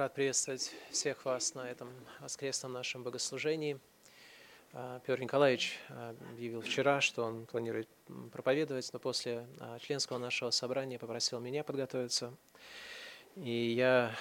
Рад приветствовать всех вас на этом воскресном нашем богослужении. Петр Николаевич объявил вчера, что он планирует проповедовать, но после членского нашего собрания попросил меня подготовиться. И я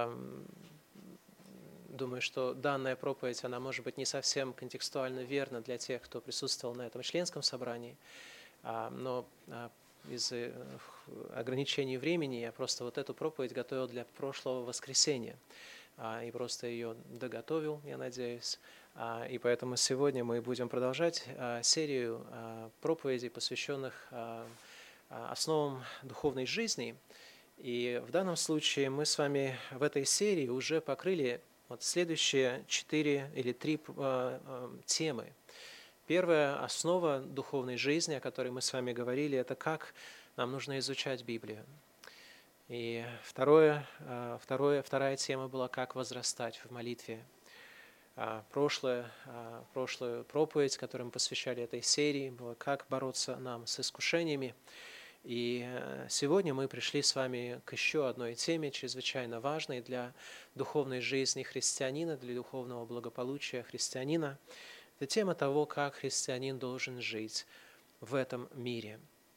думаю, что данная проповедь, она может быть не совсем контекстуально верна для тех, кто присутствовал на этом членском собрании, но из-за ограничений времени я просто вот эту проповедь готовил для прошлого воскресенья и просто ее доготовил, я надеюсь. И поэтому сегодня мы будем продолжать серию проповедей, посвященных основам духовной жизни. И в данном случае мы с вами в этой серии уже покрыли вот следующие 4 или 3 темы. Первая основа духовной жизни, о которой мы с вами говорили, это как нам нужно изучать Библию. И вторая тема была «Как возрастать в молитве». Прошлую проповедь, которую мы посвящали этой серии, была «Как бороться нам с искушениями». И сегодня мы пришли с вами к еще одной теме, чрезвычайно важной для духовной жизни христианина, для духовного благополучия христианина. Это тема того, как христианин должен жить в этом мире.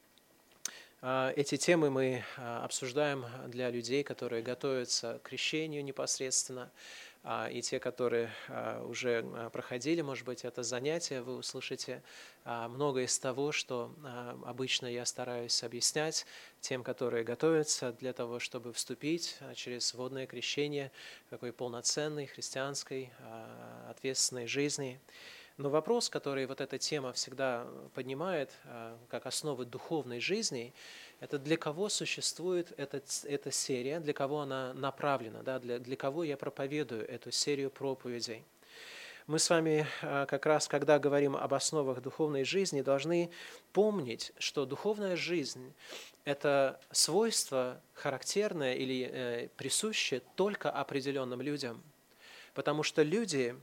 Эти темы мы обсуждаем для людей, которые готовятся к крещению непосредственно, и те, которые уже проходили, может быть, это занятие, вы услышите многое из того, что обычно я стараюсь объяснять тем, которые готовятся для того, чтобы вступить через водное крещение в такой полноценной христианской ответственной жизни. Но вопрос, который вот эта тема всегда поднимает как основы духовной жизни, это для кого существует эта серия, для кого она направлена, да, для кого я проповедую эту серию проповедей. Мы с вами как раз, когда говорим об основах духовной жизни, должны помнить, что духовная жизнь – это свойство характерное или присущее только определенным людям, потому что люди,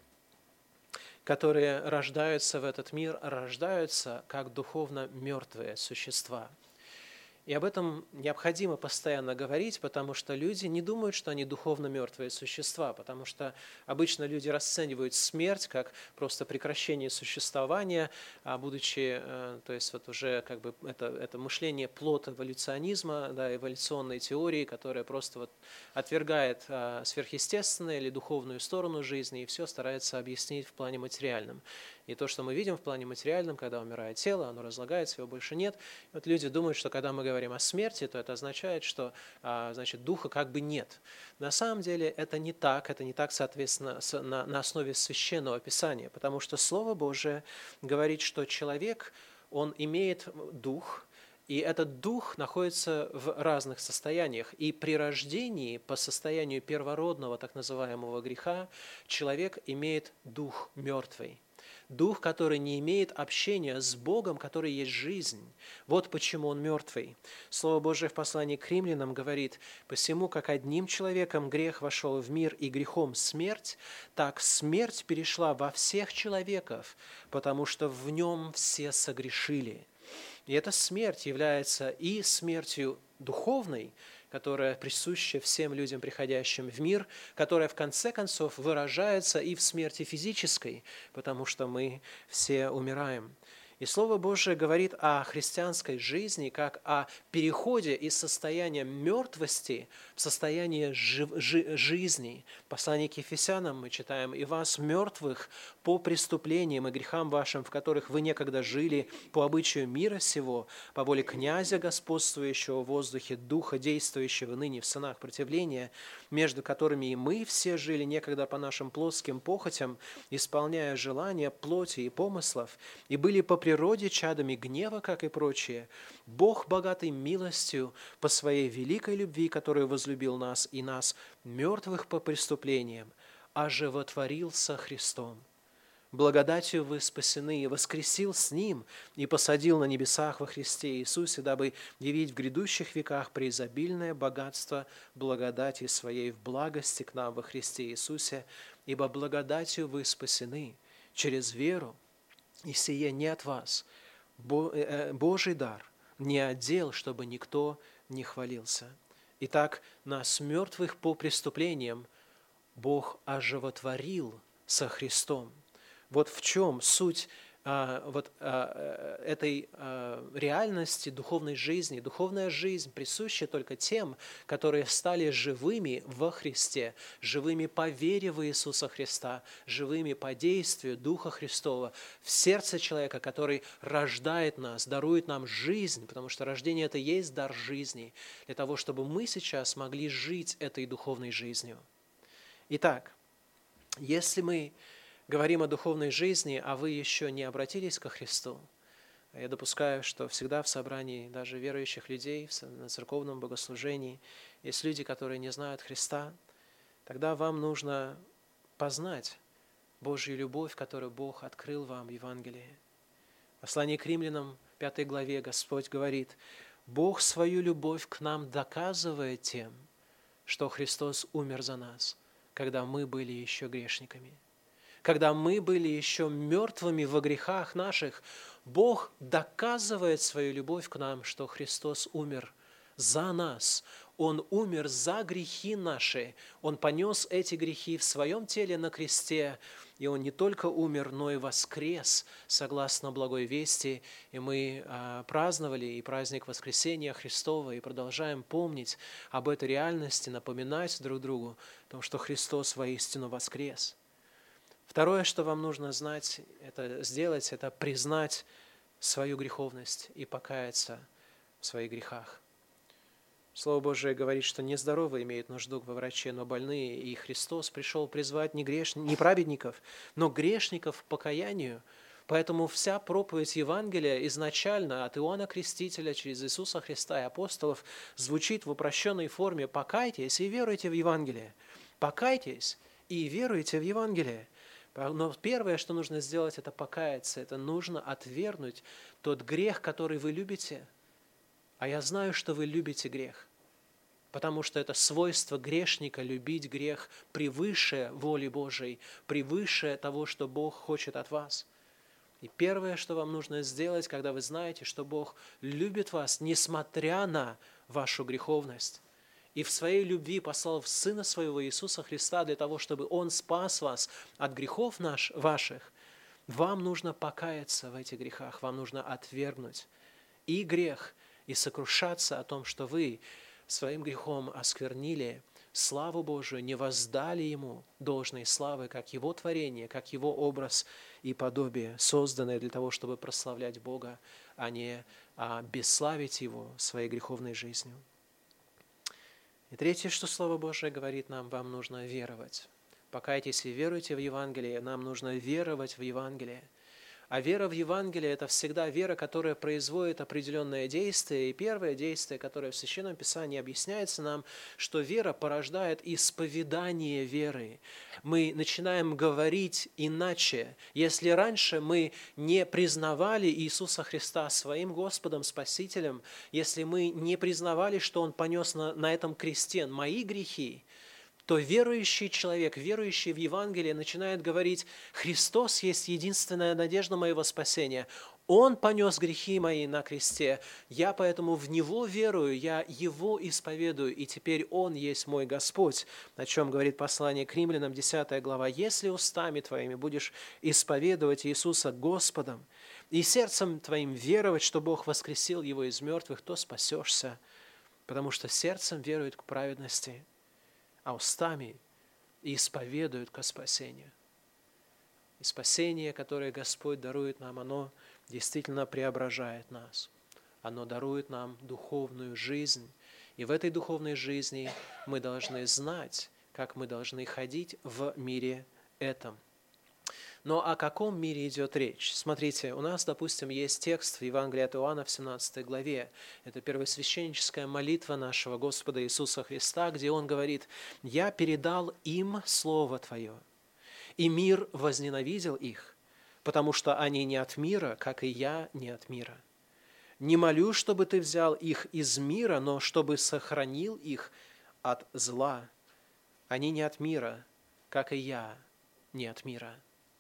которые рождаются в этот мир, рождаются как духовно мертвые существа. И об этом необходимо постоянно говорить, потому что люди не думают, что они духовно мертвые существа, потому что обычно люди расценивают смерть как просто прекращение существования, будучи, то есть вот уже как бы это мышление плод эволюционизма, да, эволюционной теории, которая просто вот отвергает сверхъестественное или духовную сторону жизни и все старается объяснить в плане материальном. И то, что мы видим в плане материальном, когда умирает тело, оно разлагается, его больше нет. И вот люди думают, что когда мы говорим о смерти, то это означает, что значит, духа как бы нет. На самом деле это не так, соответственно, на основе Священного Писания, потому что Слово Божие говорит, что человек, он имеет дух, и этот дух находится в разных состояниях. И при рождении, по состоянию первородного, так называемого греха, человек имеет дух мертвый. Дух, который не имеет общения с Богом, который есть жизнь. Вот почему он мертвый. Слово Божие в послании к римлянам говорит: «Посему, как одним человеком грех вошел в мир, и грехом смерть, так смерть перешла во всех человеков, потому что в нем все согрешили». И эта смерть является и смертью духовной, которая присуща всем людям, приходящим в мир, которая в конце концов выражается и в смерти физической, потому что мы все умираем. И Слово Божие говорит о христианской жизни как о переходе из состояния мертвости в состояние жизни. В послании к Ефесянам мы читаем: «И вас, мертвых, по преступлениям и грехам вашим, в которых вы некогда жили, по обычаю мира сего, по воле князя, господствующего в воздухе, духа, действующего ныне в сынах противления, между которыми и мы все жили некогда по нашим плотским похотям, исполняя желания плоти и помыслов, и были по природе чадами гнева, как и прочие. Бог, богатый милостью, по своей великой любви, которую возлюбил нас и нас, мертвых по преступлениям, оживотворил со Христом. Благодатью вы спасены, и воскресил с Ним, и посадил на небесах во Христе Иисусе, дабы явить в грядущих веках преизобильное богатство благодати Своей в благости к нам во Христе Иисусе, ибо благодатью вы спасены через веру, и сие не от вас, Божий дар, не отдел, чтобы никто не хвалился». Итак, нас, мертвых по преступлениям, Бог оживотворил со Христом. Вот в чем суть этой реальности духовной жизни. Духовная жизнь присуща только тем, которые стали живыми во Христе, живыми по вере в Иисуса Христа, живыми по действию Духа Христова в сердце человека, который рождает нас, дарует нам жизнь, потому что рождение – это и есть дар жизни, для того, чтобы мы сейчас могли жить этой духовной жизнью. Итак, если мы говорим о духовной жизни, а вы еще не обратились ко Христу, я допускаю, что всегда в собрании даже верующих людей, на церковном богослужении, есть люди, которые не знают Христа, тогда вам нужно познать Божью любовь, которую Бог открыл вам в Евангелии. В послании к Римлянам, 5 главе, Господь говорит: «Бог свою любовь к нам доказывает тем, что Христос умер за нас, когда мы были еще грешниками». Когда мы были еще мертвыми во грехах наших, Бог доказывает свою любовь к нам, что Христос умер за нас. Он умер за грехи наши. Он понес эти грехи в своем теле на кресте. И Он не только умер, но и воскрес, согласно благой вести. И мы праздновали и праздник Воскресения Христова, и продолжаем помнить об этой реальности, напоминать друг другу о том, что Христос воистину воскрес. Второе, что вам нужно знать, это признать свою греховность и покаяться в своих грехах. Слово Божие говорит, что нездоровые имеют нужду во враче, но больные, и Христос пришел призвать не праведников, но грешников к покаянию. Поэтому вся проповедь Евангелия изначально от Иоанна Крестителя через Иисуса Христа и апостолов звучит в упрощенной форме: «Покайтесь и веруйте в Евангелие». Покайтесь и веруйте в Евангелие. Но первое, что нужно сделать, это покаяться. Это нужно отвергнуть тот грех, который вы любите. А я знаю, что вы любите грех, потому что это свойство грешника – любить грех превыше воли Божией, превыше того, что Бог хочет от вас. И первое, что вам нужно сделать, когда вы знаете, что Бог любит вас, несмотря на вашу греховность, и в своей любви послал Сына Своего Иисуса Христа для того, чтобы Он спас вас от грехов ваших, вам нужно покаяться в этих грехах, вам нужно отвергнуть и грех, и сокрушаться о том, что вы своим грехом осквернили славу Божию, не воздали Ему должной славы, как Его творение, как Его образ и подобие, созданное для того, чтобы прославлять Бога, а не бесславить Его своей греховной жизнью. И третье, что Слово Божие говорит нам, вам нужно веровать. Покайтесь и веруйте в Евангелие, нам нужно веровать в Евангелие. А вера в Евангелие – это всегда вера, которая производит определенное действие. И первое действие, которое в Священном Писании объясняется нам, что вера порождает исповедание веры. Мы начинаем говорить иначе. Если раньше мы не признавали Иисуса Христа своим Господом, Спасителем, если мы не признавали, что Он понес на этом кресте мои грехи, то верующий человек, верующий в Евангелие, начинает говорить: «Христос есть единственная надежда моего спасения. Он понес грехи мои на кресте. Я поэтому в Него верую, я Его исповедую, и теперь Он есть мой Господь». О чем говорит послание к Римлянам, 10 глава. «Если устами твоими будешь исповедовать Иисуса Господом и сердцем твоим веровать, что Бог воскресил Его из мертвых, то спасешься, потому что сердцем веруют к праведности, а устами исповедуют ко спасению». И спасение, которое Господь дарует нам, оно действительно преображает нас. Оно дарует нам духовную жизнь. И в этой духовной жизни мы должны знать, как мы должны ходить в мире этом. Но о каком мире идет речь? Смотрите, у нас, допустим, есть текст в Евангелии от Иоанна в 17 главе. Это первосвященническая молитва нашего Господа Иисуса Христа, где Он говорит: «Я передал им Слово Твое, и мир возненавидел их, потому что они не от мира, как и я не от мира. Не молю, чтобы Ты взял их из мира, но чтобы сохранил их от зла. Они не от мира, как и я не от мира».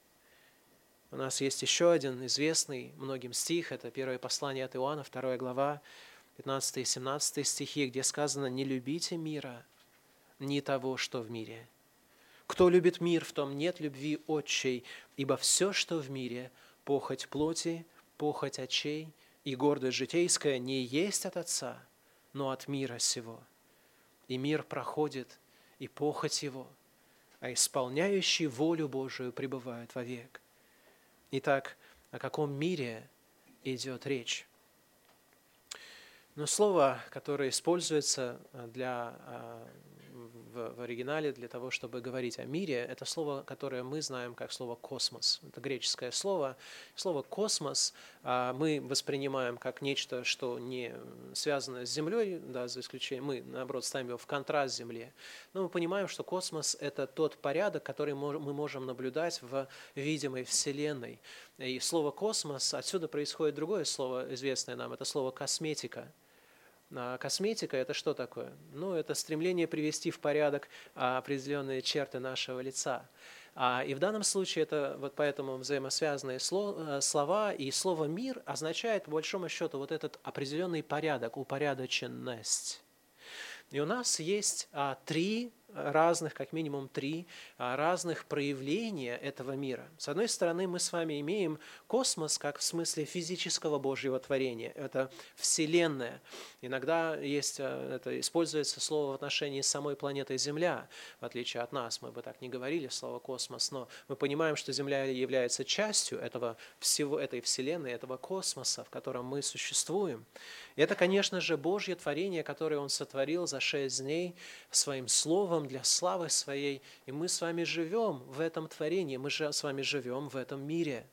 У нас есть еще один известный многим стих, это первое послание от Иоанна, 2 глава, 15 и 17 стихи, где сказано: «Не любите мира, ни того, что в мире. Кто любит мир, в том нет любви отчей, ибо все, что в мире, похоть плоти, похоть очей и гордость житейская, не есть от Отца, но от мира сего. И мир проходит, и похоть его, а исполняющий волю Божию пребывает вовек. Итак, о каком мире идет речь? Но слово, которое используется в оригинале для того, чтобы говорить о мире, это слово, которое мы знаем как слово «космос». Это греческое слово. Слово «космос» мы воспринимаем как нечто, что не связано с Землей, да, за исключением, мы, наоборот, ставим его в контраст с Земле. Но мы понимаем, что космос – это тот порядок, который мы можем наблюдать в видимой Вселенной. И слово «космос», отсюда происходит другое слово, известное нам, это слово «косметика». Косметика – это что такое? Ну, это стремление привести в порядок определенные черты нашего лица. И в данном случае это вот поэтому взаимосвязанные слова, и слово «мир» означает, по большому счету, вот этот определенный порядок, упорядоченность. И у нас есть как минимум три разных проявления этого мира. С одной стороны, мы с вами имеем космос, как в смысле физического Божьего творения. Это Вселенная. Иногда это используется слово в отношении самой планеты Земля, в отличие от нас. Мы бы так не говорили слово «космос», но мы понимаем, что Земля является частью этой Вселенной, этого космоса, в котором мы существуем. И это, конечно же, Божье творение, которое Он сотворил за 6 дней своим словом для славы своей. И мы с вами живем в этом творении, мы же с вами живем в этом мире.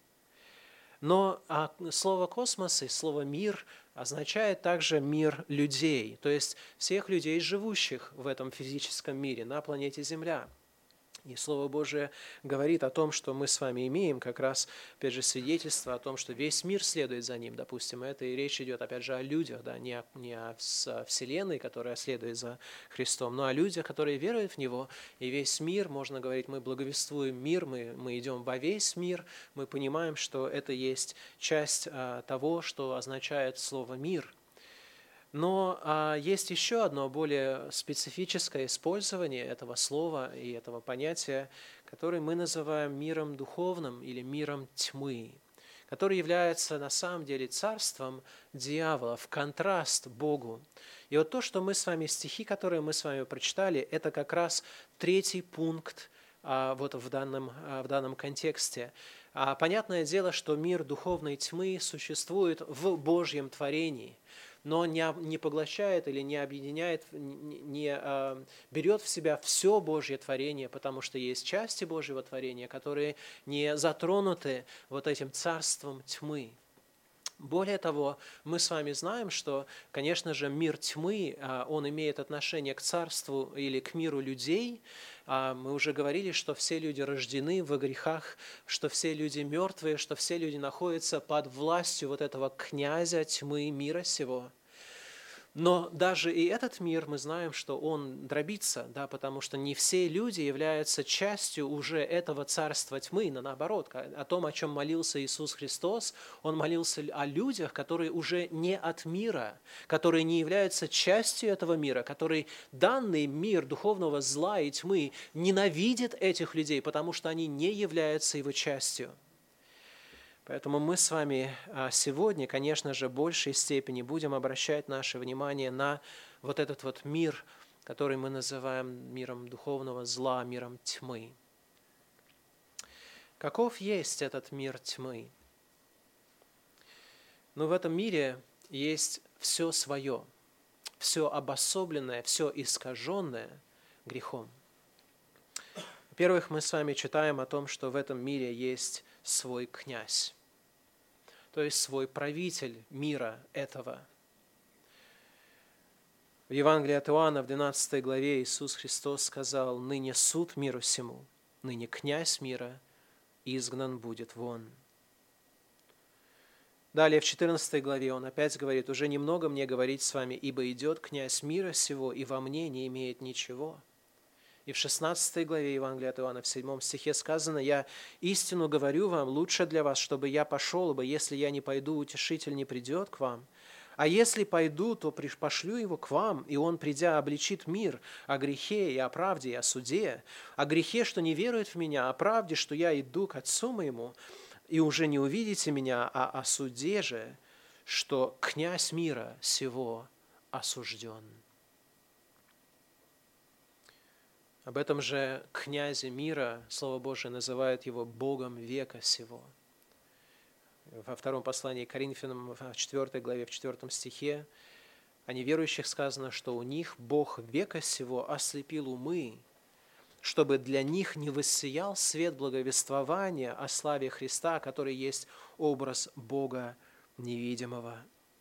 Но слово «космос» и слово «мир» означает также мир людей, то есть всех людей, живущих в этом физическом мире, на планете Земля. И Слово Божие говорит о том, что мы с вами имеем как раз, опять же, свидетельство о том, что весь мир следует за Ним, допустим. Это и речь идет, опять же, о людях, да, не о Вселенной, которая следует за Христом, но о людях, которые веруют в Него. И весь мир, можно говорить, мы благовествуем мир, мы идем во весь мир, мы понимаем, что это есть часть того, что означает слово «мир». Но есть еще одно более специфическое использование этого слова и этого понятия, которое мы называем миром духовным или миром тьмы, который является на самом деле царством дьявола в контраст Богу. И вот то, что мы с вами, стихи, которые мы с вами прочитали, это как раз третий пункт вот в данном контексте. Понятное дело, что мир духовной тьмы существует в Божьем творении, но не поглощает или не объединяет, не берет в себя все Божье творение, потому что есть части Божьего творения, которые не затронуты вот этим царством тьмы. Более того, мы с вами знаем, что, конечно же, мир тьмы, он имеет отношение к царству или к миру людей. Мы уже говорили, что все люди рождены во грехах, что все люди мертвые, что все люди находятся под властью вот этого князя тьмы мира сего. Но даже и этот мир, мы знаем, что он дробится, да, потому что не все люди являются частью уже этого царства тьмы, но наоборот, о том, о чем молился Иисус Христос, Он молился о людях, которые уже не от мира, которые не являются частью этого мира, которые данный мир духовного зла и тьмы ненавидит этих людей, потому что они не являются его частью. Поэтому мы с вами сегодня, конечно же, в большей степени будем обращать наше внимание на вот этот вот мир, который мы называем миром духовного зла, миром тьмы. Каков есть этот мир тьмы? Ну, в этом мире есть все свое, все обособленное, все искаженное грехом. Во-первых, мы с вами читаем о том, что в этом мире есть свой князь, то есть свой правитель мира этого. В Евангелии от Иоанна в 12 главе Иисус Христос сказал: «Ныне суд миру сему, ныне князь мира изгнан будет вон». Далее в 14 главе Он опять говорит: «Уже немного мне говорить с вами, ибо идет князь мира сего, и во мне не имеет ничего». И в 16 главе Евангелия от Иоанна, в 7 стихе сказано: «Я истину говорю вам, лучше для вас, чтобы я пошел, ибо если я не пойду, утешитель не придет к вам. А если пойду, то пошлю его к вам, и он, придя, обличит мир о грехе и о правде и о суде, о грехе, что не верует в меня, о правде, что я иду к Отцу моему, и уже не увидите меня, а о суде же, что князь мира сего осужден». Об этом же князе мира Слово Божие называет его Богом века сего. Во втором послании к Коринфянам, в 4 главе, в 4 стихе, о неверующих сказано, что у них Бог века сего ослепил умы, чтобы для них не воссиял свет благовествования о славе Христа, который есть образ Бога невидимого.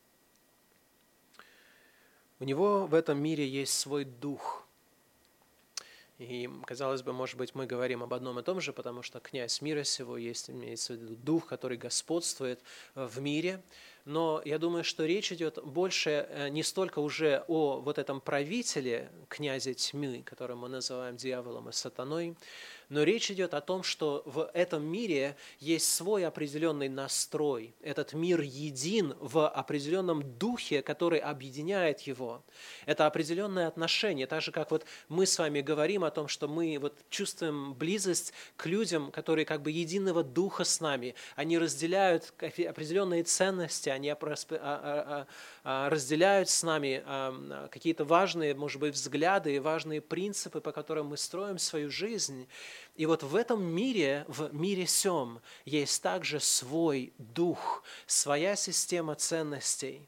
У Него в этом мире есть свой дух. И, казалось бы, может быть, мы говорим об одном и том же, потому что князь мира сего есть, имеется в виду дух, который господствует в мире. Но я думаю, что речь идет больше не столько уже о вот этом правителе, князе тьмы, которого мы называем дьяволом и сатаной, но речь идет о том, что в этом мире есть свой определенный настрой. Этот мир един в определенном духе, который объединяет его. Это определенное отношение, так же, как вот мы с вами говорим о том, что мы вот чувствуем близость к людям, которые как бы единого духа с нами. Они разделяют определенные ценности, они разделяют с нами какие-то важные, может быть, взгляды, важные принципы, по которым мы строим свою жизнь. И вот в этом мире, в мире сем, есть также свой дух, своя система ценностей.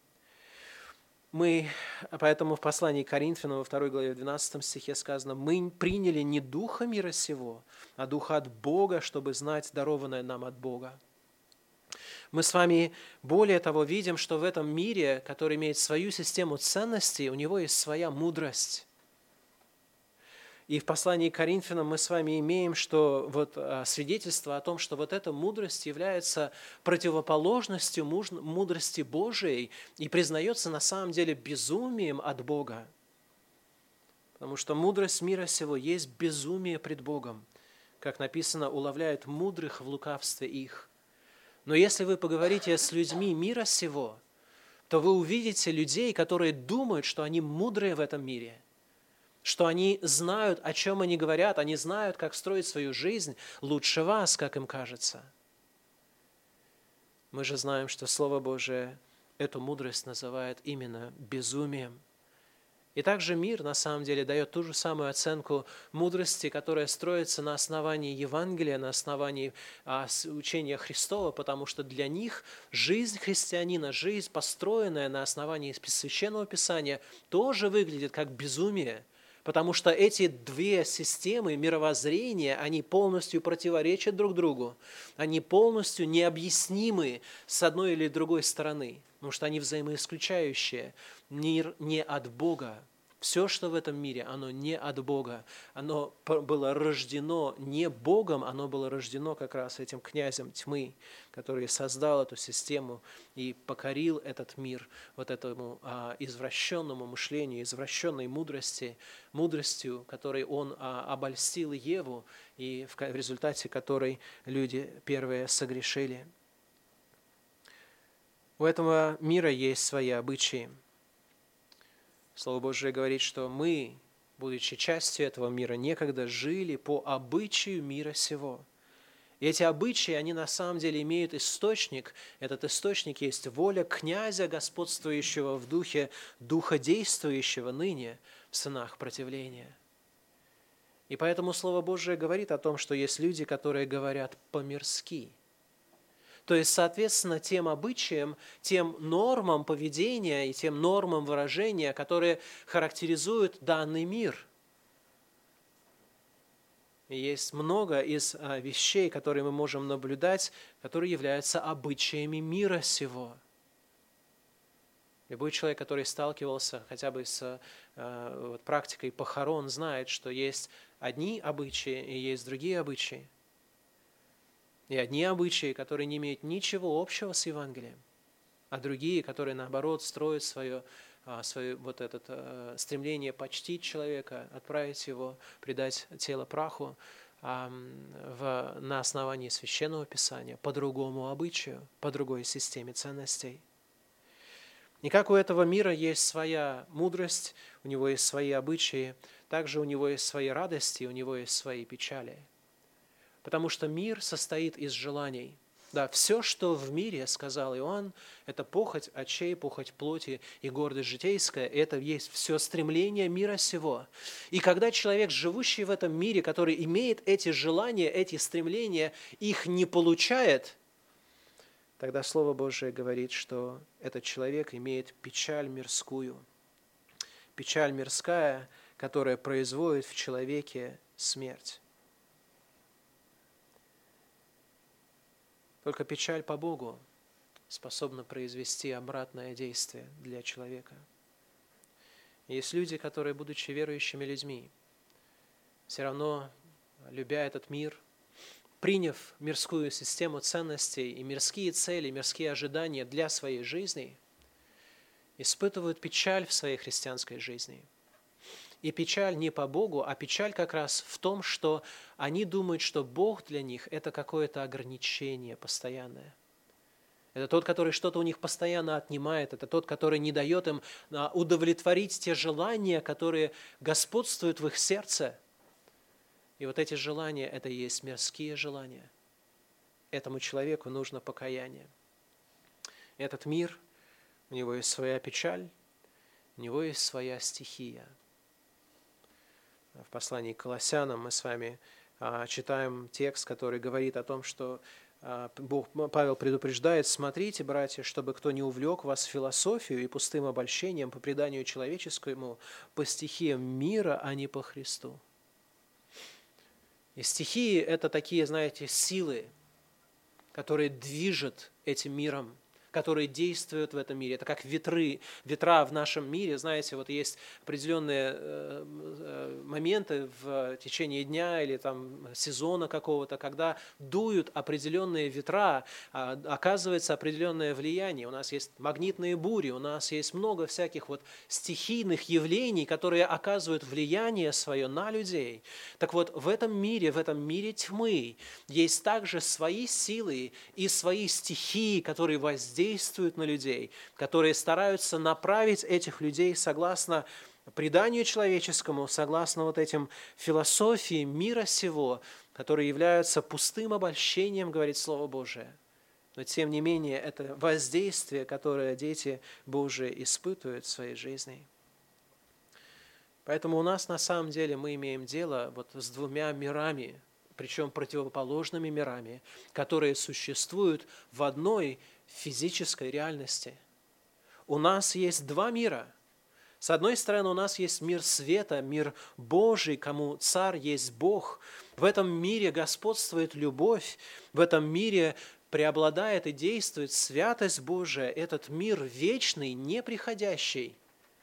Поэтому в послании к Коринфянам во 2 главе 12 стихе сказано: «Мы приняли не духа мира сего, а духа от Бога, чтобы знать дарованное нам от Бога». Мы с вами более того видим, что в этом мире, который имеет свою систему ценностей, у него есть своя мудрость. И в послании к Коринфянам мы с вами имеем свидетельство о том, что вот эта мудрость является противоположностью мудрости Божией и признается на самом деле безумием от Бога. Потому что мудрость мира сего есть безумие пред Богом. Как написано, уловляет мудрых в лукавстве их. Но если вы поговорите с людьми мира сего, то вы увидите людей, которые думают, что они мудрые в этом мире, что они знают, о чем они говорят, они знают, как строить свою жизнь лучше вас, как им кажется. Мы же знаем, что Слово Божие эту мудрость называет именно безумием. И также мир, на самом деле, дает ту же самую оценку мудрости, которая строится на основании Евангелия, на основании учения Христова, потому что для них жизнь христианина, жизнь, построенная на основании Священного Писания, тоже выглядит как безумие. Потому что эти две системы мировоззрения, они полностью противоречат друг другу. Они полностью необъяснимы с одной или другой стороны, потому что они взаимоисключающие. Мир не от Бога. Все, что в этом мире, оно не от Бога. Оно было рождено не Богом, оно было рождено как раз этим князем тьмы, который создал эту систему и покорил этот мир вот этому извращенному мышлению, извращенной мудростью, которой он обольстил Еву, и в результате которой люди первые согрешили. У этого мира есть свои обычаи. Слово Божие говорит, что мы, будучи частью этого мира, некогда жили по обычаю мира сего. И эти обычаи, они на самом деле имеют источник. Этот источник есть воля князя, господствующего в духе, духа действующего ныне в сынах противления. И поэтому Слово Божие говорит о том, что есть люди, которые говорят по-мирски. То есть, соответственно, тем обычаям, тем нормам поведения и тем нормам выражения, которые характеризуют данный мир. И есть много из вещей, которые мы можем наблюдать, которые являются обычаями мира сего. Любой человек, который сталкивался хотя бы с практикой похорон, знает, что есть одни обычаи и есть другие обычаи. И одни обычаи, которые не имеют ничего общего с Евангелием, а другие, которые, наоборот, строят свое стремление почтить человека, отправить его, предать тело праху на основании Священного Писания, по другому обычаю, по другой системе ценностей. И как у этого мира есть своя мудрость, у него есть свои обычаи, также у него есть свои радости, у него есть свои печали. Потому что мир состоит из желаний. Да, все, что в мире, сказал Иоанн, это похоть очей, похоть плоти и гордость житейская, это есть все стремление мира сего. И когда человек, живущий в этом мире, который имеет эти желания, эти стремления, их не получает, тогда Слово Божие говорит, что этот человек имеет печаль мирскую. Печаль мирская, которая производит в человеке смерть. Только печаль по Богу способна произвести обратное действие для человека. Есть люди, которые, будучи верующими людьми, все равно, любя этот мир, приняв мирскую систему ценностей и мирские цели, мирские ожидания для своей жизни, испытывают печаль в своей христианской жизни. И печаль не по Богу, а печаль как раз в том, что они думают, что Бог для них – это какое-то ограничение постоянное. Это тот, который что-то у них постоянно отнимает, это тот, который не дает им удовлетворить те желания, которые господствуют в их сердце. И вот эти желания – это и есть мирские желания. Этому человеку нужно покаяние. Этот мир, у него есть своя печаль, у него есть своя стихия. В послании к Колоссянам мы с вами читаем текст, который говорит о том, что Павел предупреждает: «Смотрите, братья, чтобы кто не увлек вас в философию и пустым обольщением по преданию человеческому, по стихиям мира, а не по Христу». И стихии – это такие, знаете, силы, которые движут этим миром, которые действуют в этом мире. Это как ветра в нашем мире. Знаете, вот есть определенные моменты в течение дня или там сезона какого-то, когда дуют определенные ветра, оказывается определенное влияние. У нас есть магнитные бури, у нас есть много всяких вот стихийных явлений, которые оказывают влияние свое на людей. Так вот, в этом мире тьмы есть также свои силы и свои стихии, которые воздействуют на людей, которые стараются направить этих людей согласно преданию человеческому, согласно вот этим философии мира сего, которые являются пустым обольщением, говорит Слово Божие. Но тем не менее, это воздействие, которое дети Божии испытывают в своей жизни. Поэтому у нас на самом деле мы имеем дело вот с двумя мирами, причем противоположными мирами, которые существуют в одной физической реальности. У нас есть два мира. С одной стороны, у нас есть мир света, мир Божий, кому Царь есть Бог. В этом мире господствует любовь, в этом мире преобладает и действует святость Божия, этот мир вечный, неприходящий.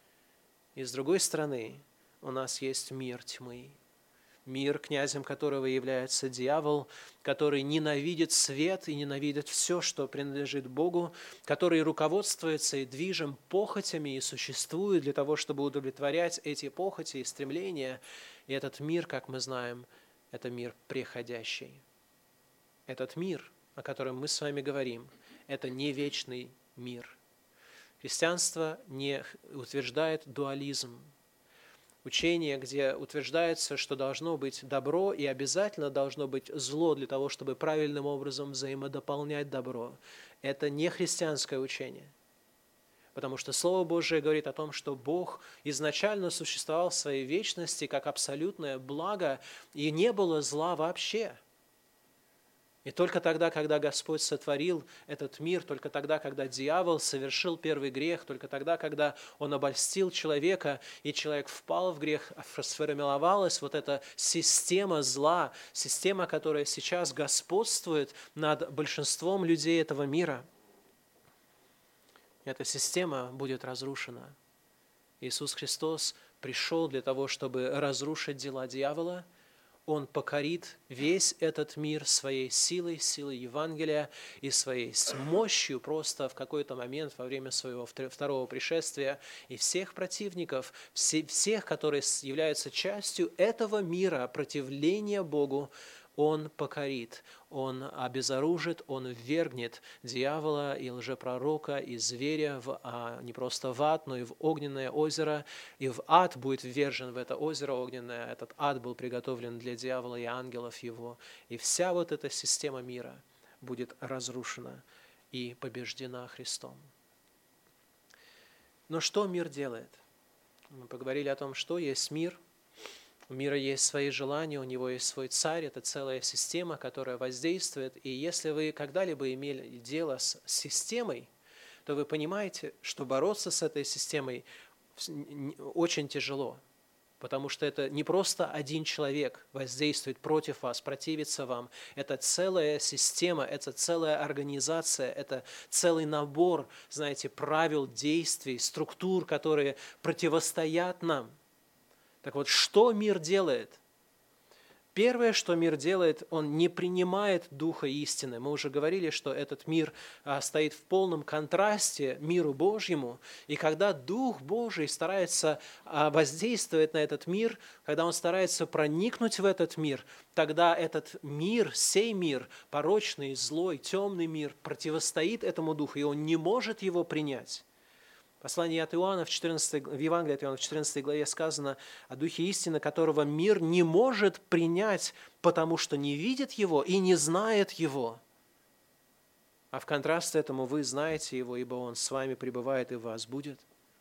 И с другой стороны, у нас есть мир тьмы. Мир, князем которого является дьявол, который ненавидит свет и ненавидит все, что принадлежит Богу, который руководствуется и движим похотями и существует для того, чтобы удовлетворять эти похоти и стремления. И этот мир, как мы знаем, это мир преходящий. Этот мир, о котором мы с вами говорим, это не вечный мир. Христианство не утверждает дуализм. Учение, где утверждается, что должно быть добро и обязательно должно быть зло для того, чтобы правильным образом взаимодополнять добро. Это не христианское учение. Потому что Слово Божие говорит о том, что Бог изначально существовал в своей вечности как абсолютное благо, и не было зла вообще. И только тогда, когда Господь сотворил этот мир, только тогда, когда дьявол совершил первый грех, только тогда, когда он обольстил человека, и человек впал в грех, сформировалась вот эта система зла, система, которая сейчас господствует над большинством людей этого мира. Эта система будет разрушена. Иисус Христос пришел для того, чтобы разрушить дела дьявола. Он покорит весь этот мир своей силой Евангелия и своей мощью просто в какой-то момент во время своего второго пришествия. И всех противников, всех, которые являются частью этого мира, противления Богу, Он покорит, Он обезоружит, Он ввергнет дьявола и лжепророка, и зверя не просто в ад, но и в огненное озеро, и в ад будет ввержен в это озеро огненное. Этот ад был приготовлен для дьявола и ангелов его, и вся вот эта система мира будет разрушена и побеждена Христом. Но что мир делает? Мы поговорили о том, что есть мир. У мира есть свои желания, у него есть свой царь, это целая система, которая воздействует. И если вы когда-либо имели дело с системой, то вы понимаете, что бороться с этой системой очень тяжело, потому что это не просто один человек воздействует против вас, противится вам. Это целая система, это целая организация, это целый набор, знаете, правил, действий, структур, которые противостоят нам. Так вот, что мир делает? Первое, что мир делает, он не принимает Духа истины. Мы уже говорили, что этот мир стоит в полном контрасте миру Божьему. И когда Дух Божий старается воздействовать на этот мир, когда он старается проникнуть в этот мир, тогда этот мир, сей мир, порочный, злой, темный мир, противостоит этому Духу, и он не может его принять. Послание от Иоанна в Евангелии от Иоанна в 14 главе сказано о Духе истины, которого мир не может принять, потому что не видит его и не знает его. А в контраст этому вы знаете его, ибо он с вами пребывает и в вас будет.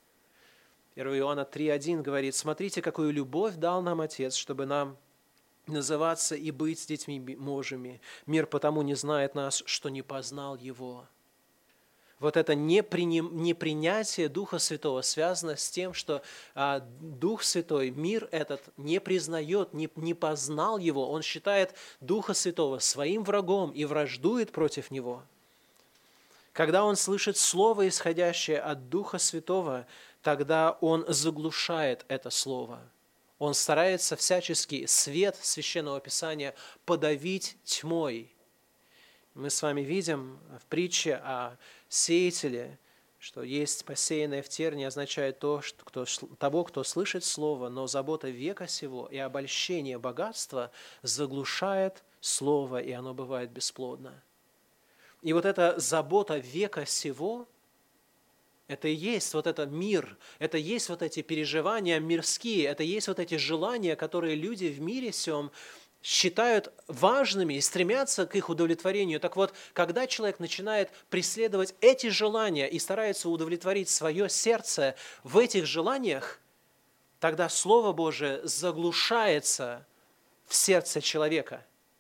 1 Иоанна 3:1 говорит: «Смотрите, какую любовь дал нам Отец, чтобы нам называться и быть детьми Божьими. Мир потому не знает нас, что не познал его». Вот это непринятие Духа Святого связано с тем, что Дух Святой, мир этот не признает, не познал его. Он считает Духа Святого своим врагом и враждует против него. Когда он слышит слово, исходящее от Духа Святого, тогда он заглушает это слово. Он старается всячески свет Священного Писания подавить тьмой. Мы с вами видим в притче о сеятеле, что есть посеянное в тернии, означает того, кто слышит слово, но забота века сего и обольщение богатства заглушает слово, и оно бывает бесплодно. И вот эта забота века сего, это и есть вот этот мир, это и есть вот эти переживания мирские, это и есть вот эти желания, которые люди в мире сем считают важными и стремятся к их удовлетворению. Так вот, когда человек начинает преследовать эти желания и старается удовлетворить свое сердце в этих желаниях, тогда Слово Божие заглушается в сердце человека.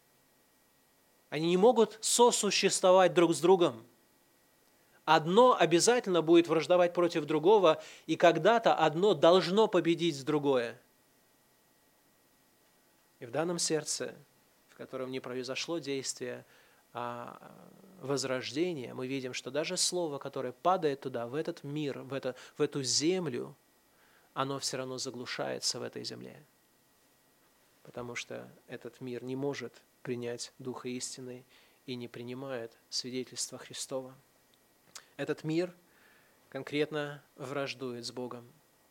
Они не могут сосуществовать друг с другом. Одно обязательно будет враждовать против другого, и когда-то одно должно победить другое. И в данном сердце, в котором не произошло действие возрождения, мы видим, что даже слово, которое падает туда, в этот мир, в эту землю, оно все равно заглушается в этой земле. Потому что этот мир не может принять Духа истины и не принимает свидетельства Христова. Этот мир конкретно враждует с Богом.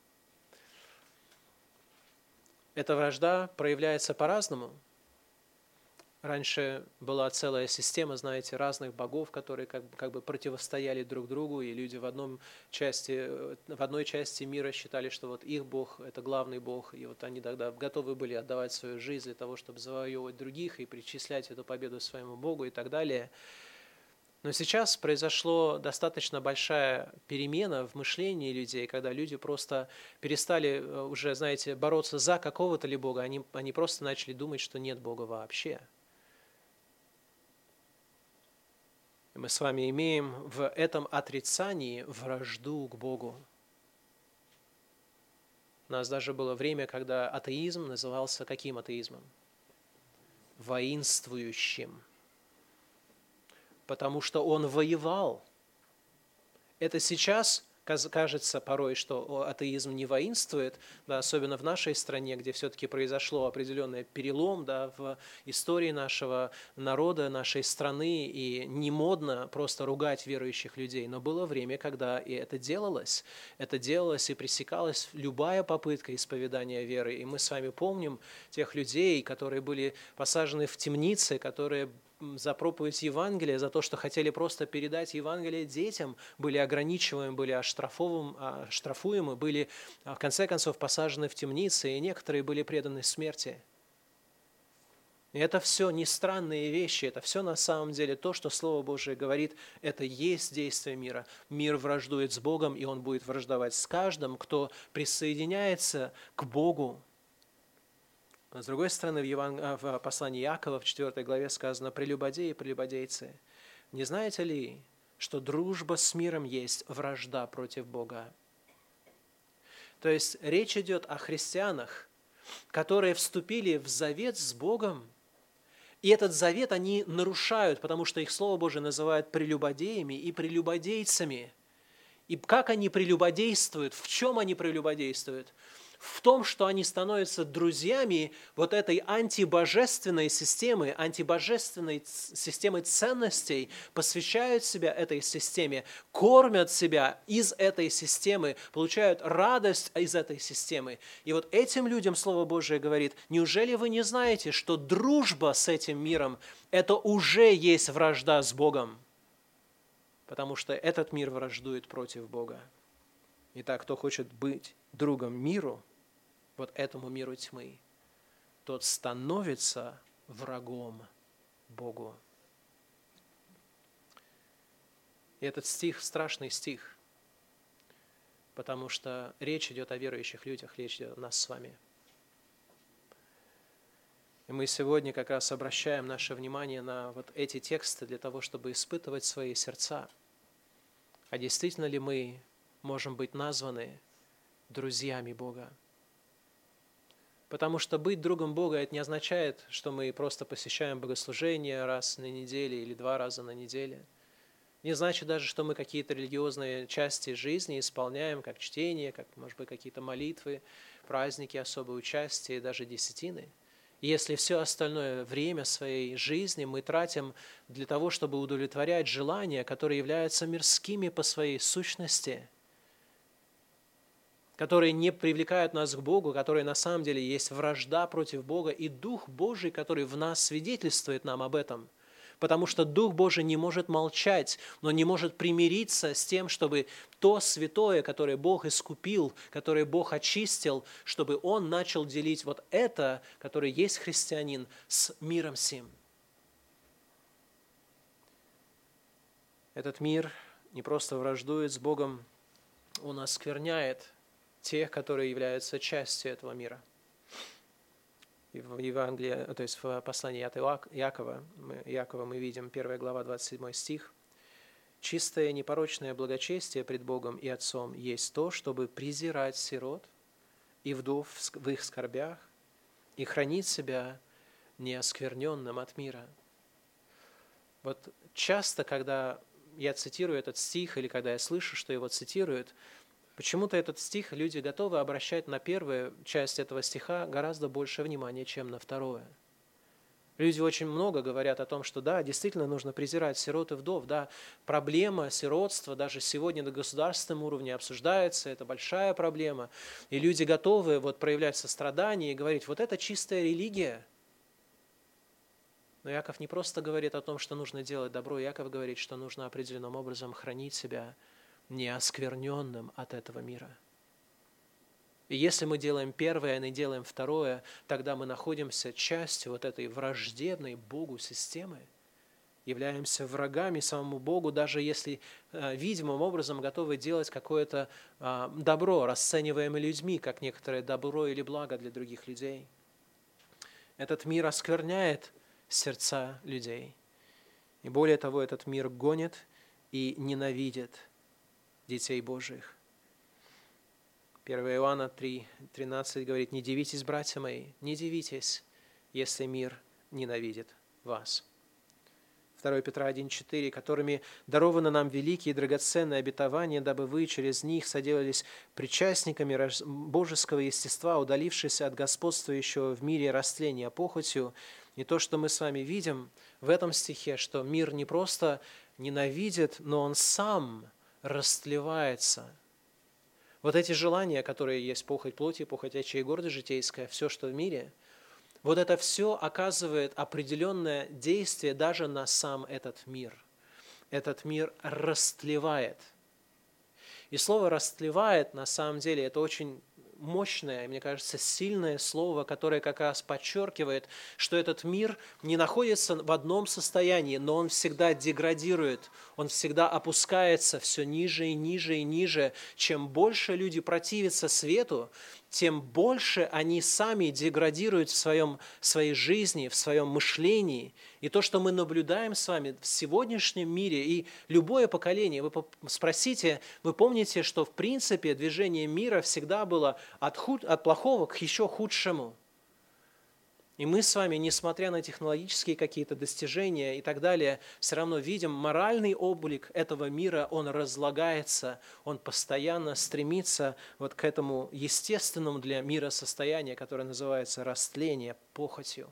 Эта вражда проявляется по-разному. Раньше была целая система, знаете, разных богов, которые как бы противостояли друг другу, и люди в одной части мира считали, что вот их бог – это главный бог, и вот они тогда готовы были отдавать свою жизнь для того, чтобы завоевывать других и причислять эту победу своему богу и так далее. Но сейчас произошла достаточно большая перемена в мышлении людей, когда люди просто перестали уже, знаете, бороться за какого-то ли Бога, они просто начали думать, что нет Бога вообще. И мы с вами имеем в этом отрицании вражду к Богу. У нас даже было время, когда атеизм назывался каким атеизмом? Воинствующим. Потому что он воевал. Это сейчас Кажется порой, что атеизм не воинствует, да, особенно в нашей стране, где все-таки произошло определенный перелом, да, в истории нашего народа, нашей страны, и не модно просто ругать верующих людей. Но было время, когда и это делалось и пресекалась любая попытка исповедания веры. И мы с вами помним тех людей, которые были посажены в темницы, которые за проповедь Евангелия, за то, что хотели просто передать Евангелие детям, были ограничиваемы, были оштрафуемы, были, в конце концов, посажены в темницы, и некоторые были преданы смерти. И это все не странные вещи, это все на самом деле то, что Слово Божие говорит, это есть действие мира. Мир враждует с Богом, и он будет враждовать с каждым, кто присоединяется к Богу. Но с другой стороны, в послании Иакова в 4 главе сказано: «Прелюбодеи и прелюбодейцы, не знаете ли, что дружба с миром есть вражда против Бога?» То есть речь идет о христианах, которые вступили в завет с Богом, и этот завет они нарушают, потому что их Слово Божие называют прелюбодеями и прелюбодейцами. И как они прелюбодействуют, в чем они прелюбодействуют? В том, что они становятся друзьями вот этой антибожественной системы ценностей, посвящают себя этой системе, кормят себя из этой системы, получают радость из этой системы. И вот этим людям Слово Божие говорит: неужели вы не знаете, что дружба с этим миром – это уже есть вражда с Богом? Потому что этот мир враждует против Бога. Итак, кто хочет быть другом миру, вот этому миру тьмы, тот становится врагом Богу. И этот стих – страшный стих, потому что речь идет о верующих людях, речь идет о нас с вами. И мы сегодня как раз обращаем наше внимание на вот эти тексты для того, чтобы испытывать свои сердца. А действительно ли мы можем быть названы друзьями Бога? Потому что быть другом Бога – это не означает, что мы просто посещаем богослужение раз на неделю или 2 раза на неделю. Не значит даже, что мы какие-то религиозные части жизни исполняем, как чтение, как, может быть, какие-то молитвы, праздники, особое участие, даже десятины. Если все остальное время своей жизни мы тратим для того, чтобы удовлетворять желания, которые являются мирскими по своей сущности, которые не привлекают нас к Богу, которые на самом деле есть вражда против Бога, и Дух Божий, который в нас свидетельствует нам об этом. Потому что Дух Божий не может молчать, но не может примириться с тем, чтобы то святое, которое Бог искупил, которое Бог очистил, чтобы Он начал делить вот это, которое есть христианин, с миром сим. Этот мир не просто враждует с Богом, он оскверняет тех, которые являются частью этого мира. И в Евангелии, то есть в послании от Иакова мы видим 1 глава, 27 стих. «Чистое непорочное благочестие пред Богом и Отцом есть то, чтобы презирать сирот и вдов в их скорбях и хранить себя неоскверненным от мира». Вот часто, когда я цитирую этот стих или когда я слышу, что его цитируют, почему-то этот стих люди готовы обращать на первую часть этого стиха гораздо больше внимания, чем на второе. Люди очень много говорят о том, что да, действительно нужно презирать сирот и вдов. Да, проблема сиротства даже сегодня на государственном уровне обсуждается, это большая проблема. И люди готовы проявлять сострадание и говорить: вот это чистая религия. Но Иаков не просто говорит о том, что нужно делать добро, Иаков говорит, что нужно определенным образом хранить себя неоскверненным от этого мира. И если мы делаем первое, а не делаем второе, тогда мы находимся частью вот этой враждебной Богу системы, являемся врагами самому Богу, даже если видимым образом готовы делать какое-то добро, расцениваемое людьми, как некоторое добро или благо для других людей. Этот мир оскверняет сердца людей. И более того, этот мир гонит и ненавидит детей Божьих. 1 Иоанна 3:13 говорит: «Не дивитесь, братья мои, не дивитесь, если мир ненавидит вас». 2 Петра 1,4, которыми дарованы нам великие и драгоценные обетования, дабы вы через них соделались причастниками божеского естества, удалившись от господствующего в мире растления похотью. И то, что мы с вами видим в этом стихе, что мир не просто ненавидит, но он сам растлевается. Вот эти желания, которые есть, похоть плоти, похоть очей, гордость житейская, все, что в мире, вот это все оказывает определенное действие даже на сам этот мир. Этот мир растлевает. И слово «растлевает» на самом деле это очень мощное, мне кажется, сильное слово, которое как раз подчеркивает, что этот мир не находится в одном состоянии, но он всегда деградирует, он всегда опускается все ниже и ниже и ниже. Чем больше люди противятся свету, тем больше они сами деградируют в своей жизни, в своем мышлении. И то, что мы наблюдаем с вами в сегодняшнем мире, и любое поколение, вы спросите, вы помните, что в принципе движение мира всегда было от плохого к еще худшему. И мы с вами, несмотря на технологические какие-то достижения и так далее, все равно видим моральный облик этого мира, он разлагается, он постоянно стремится вот к этому естественному для мира состоянию, которое называется растление похотью.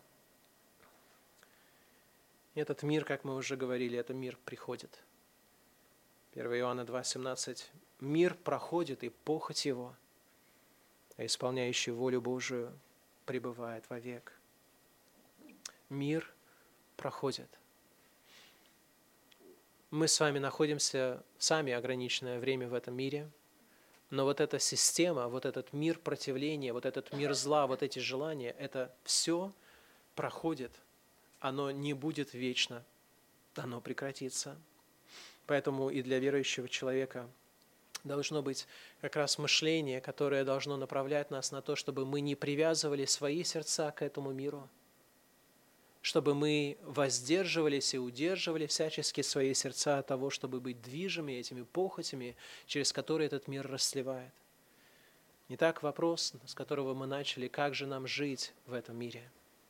Этот мир, как мы уже говорили, этот мир приходит. 1 Иоанна 2,17. Мир проходит, и похоть его, а исполняющий волю Божию пребывает вовек. Мир проходит. Мы с вами находимся сами ограниченное время в этом мире, но вот эта система, вот этот мир противления, вот этот мир зла, вот эти желания, это все проходит. Оно не будет вечно, оно прекратится. Поэтому и для верующего человека должно быть как раз мышление, которое должно направлять нас на то, чтобы мы не привязывали свои сердца к этому миру, чтобы мы воздерживались и удерживали всячески свои сердца от того, чтобы быть движимы этими похотями, через которые этот мир растлевает. Итак, вопрос, с которого мы начали, как же нам жить в этом мире?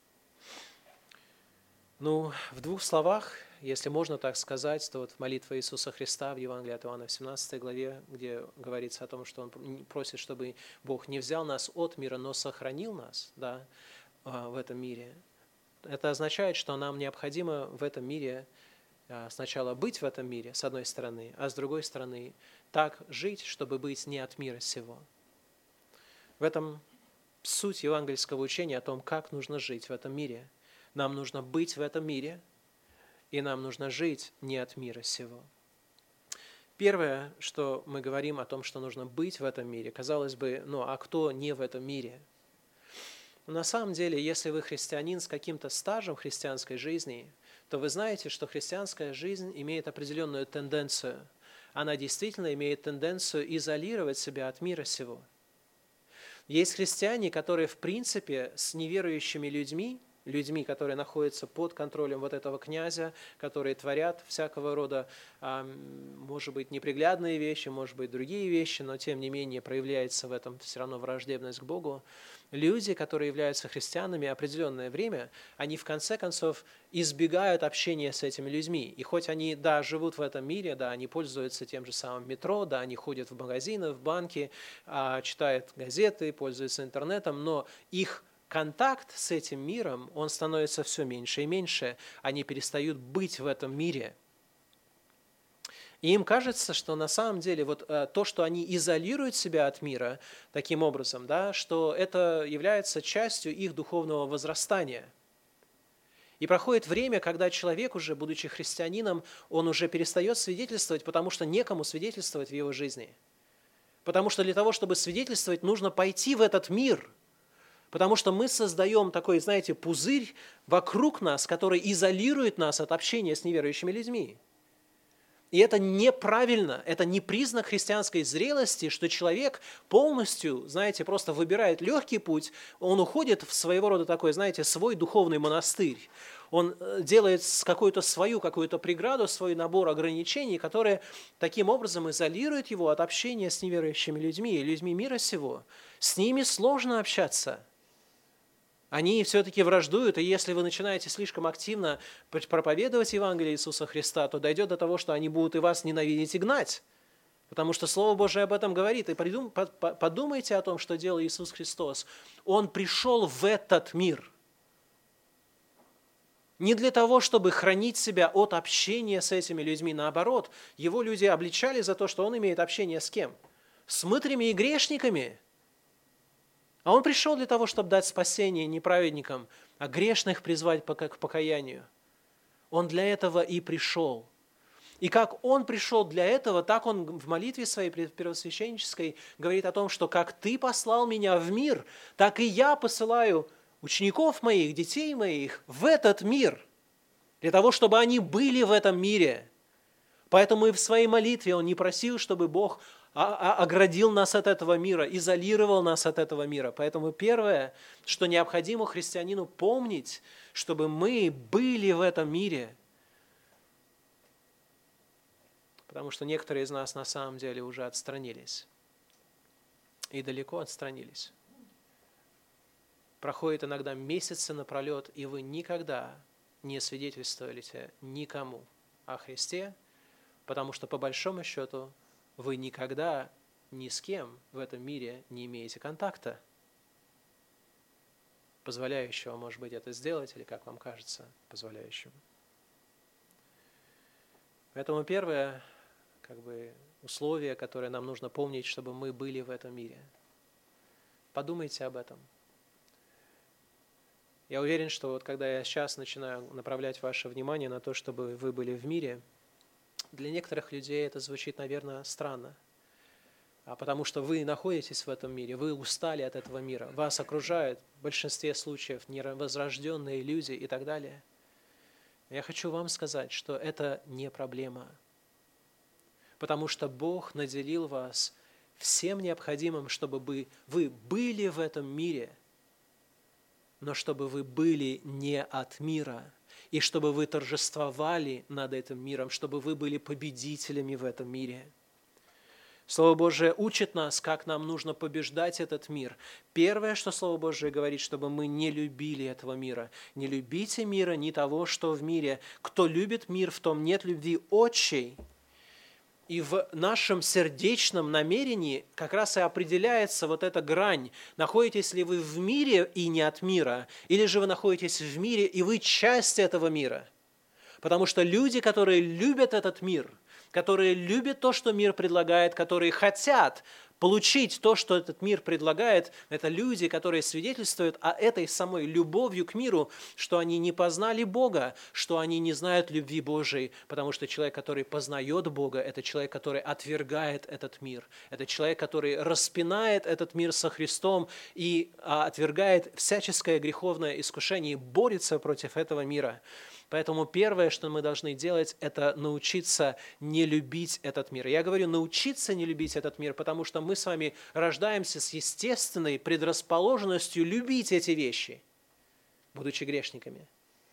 В двух словах, если можно так сказать, то вот молитва Иисуса Христа в Евангелии от Иоанна в 17 главе, где говорится о том, что Он просит, чтобы Бог не взял нас от мира, но сохранил нас, да, в этом мире. Это означает, что нам необходимо в этом мире сначала быть в этом мире, с одной стороны, а с другой стороны так жить, чтобы быть не от мира сего. В этом суть евангельского учения о том, как нужно жить в этом мире. Нам нужно быть в этом мире, и нам нужно жить не от мира сего. Первое, что мы говорим о том, что нужно быть в этом мире, казалось бы, а кто не в этом мире? Но на самом деле, если вы христианин с каким-то стажем христианской жизни, то вы знаете, что христианская жизнь имеет определенную тенденцию. Она действительно имеет тенденцию изолировать себя от мира сего. Есть христиане, которые в принципе с неверующими людьми, которые находятся под контролем вот этого князя, которые творят всякого рода, может быть, неприглядные вещи, может быть, другие вещи, но тем не менее проявляется в этом все равно враждебность к Богу. Люди, которые являются христианами определенное время, они в конце концов избегают общения с этими людьми. И хоть они, живут в этом мире, они пользуются тем же самым метро, они ходят в магазины, в банки, читают газеты, пользуются интернетом, но их контакт с этим миром, он становится все меньше и меньше. Они перестают быть в этом мире. И им кажется, что на самом деле то, что они изолируют себя от мира таким образом, что это является частью их духовного возрастания. И проходит время, когда человек уже, будучи христианином, он уже перестает свидетельствовать, потому что некому свидетельствовать в его жизни. Потому что для того, чтобы свидетельствовать, нужно пойти в этот мир. Потому что мы создаем такой, пузырь вокруг нас, который изолирует нас от общения с неверующими людьми. И это неправильно, это не признак христианской зрелости, что человек полностью, просто выбирает легкий путь, он уходит в своего рода такой, свой духовный монастырь. Он делает какую-то преграду, свой набор ограничений, которые таким образом изолируют его от общения с неверующими людьми и людьми мира сего. С ними сложно общаться. Они все-таки враждуют, и если вы начинаете слишком активно проповедовать Евангелие Иисуса Христа, то дойдет до того, что они будут и вас ненавидеть и гнать. Потому что Слово Божие об этом говорит. И подумайте о том, что делал Иисус Христос. Он пришел в этот мир не для того, чтобы хранить себя от общения с этими людьми. Наоборот, его люди обличали за то, что он имеет общение с кем? С мытрями и грешниками. А он пришел для того, чтобы дать спасение не праведникам, а грешных призвать к покаянию. Он для этого и пришел. И как он пришел для этого, так он в молитве своей первосвященнической говорит о том, что как ты послал меня в мир, так и я посылаю учеников моих, детей моих в этот мир, для того, чтобы они были в этом мире. Поэтому и в своей молитве он не просил, чтобы Бог оградил нас от этого мира, изолировал нас от этого мира. Поэтому первое, что необходимо христианину помнить, чтобы мы были в этом мире. Потому что некоторые из нас на самом деле уже отстранились. И далеко отстранились. Проходит иногда месяцы напролет, и вы никогда не свидетельствуете никому о Христе, потому что по большому счету вы никогда ни с кем в этом мире не имеете контакта, позволяющего, может быть, это сделать, или, как вам кажется, позволяющего. Поэтому первое, условие, которое нам нужно помнить, чтобы мы были в этом мире. Подумайте об этом. Я уверен, что вот когда я сейчас начинаю направлять ваше внимание на то, чтобы вы были в мире, для некоторых людей это звучит, наверное, странно, потому что вы находитесь в этом мире, вы устали от этого мира, вас окружают в большинстве случаев невозрожденные люди и так далее. Я хочу вам сказать, что это не проблема, потому что Бог наделил вас всем необходимым, чтобы вы были в этом мире, но чтобы вы были не от мира, и чтобы вы торжествовали над этим миром, чтобы вы были победителями в этом мире. Слово Божие учит нас, как нам нужно побеждать этот мир. Первое, что Слово Божие говорит, чтобы мы не любили этого мира. Не любите мира, ни того, что в мире. Кто любит мир, в том нет любви отчей. И в нашем сердечном намерении как раз и определяется вот эта грань. Находитесь ли вы в мире и не от мира, или же вы находитесь в мире, и вы часть этого мира. Потому что люди, которые любят этот мир, которые любят то, что мир предлагает, которые хотят получить то, что этот мир предлагает, это люди, которые свидетельствуют о этой самой любовью к миру, что они не познали Бога, что они не знают любви Божией, потому что человек, который познает Бога, это человек, который отвергает этот мир, это человек, который распинает этот мир со Христом и отвергает всяческое греховное искушение и борется против этого мира. Поэтому первое, что мы должны делать, это научиться не любить этот мир. Я говорю научиться не любить этот мир, потому что мы с вами рождаемся с естественной предрасположенностью любить эти вещи, будучи грешниками.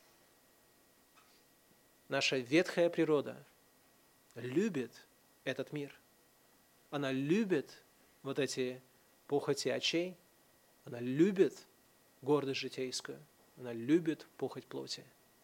Наша ветхая природа любит этот мир. Она любит вот эти похоти очей, она любит гордость житейскую, она любит похоть плоти.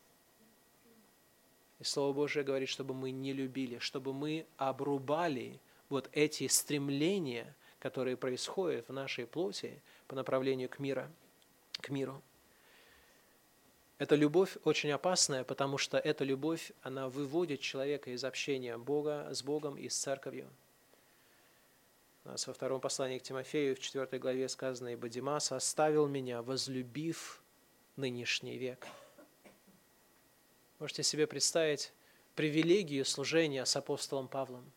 И Слово Божие говорит, чтобы мы не любили, чтобы мы обрубали вот эти стремления, которые происходят в нашей плоти по направлению к миру. Эта любовь очень опасная, потому что эта любовь, она выводит человека из общения с Богом и с церковью. У нас во втором послании к Тимофею в 4 главе сказано: «Ибо Димас оставил меня, возлюбив нынешний век». Можете себе представить привилегию служения с апостолом Павлом?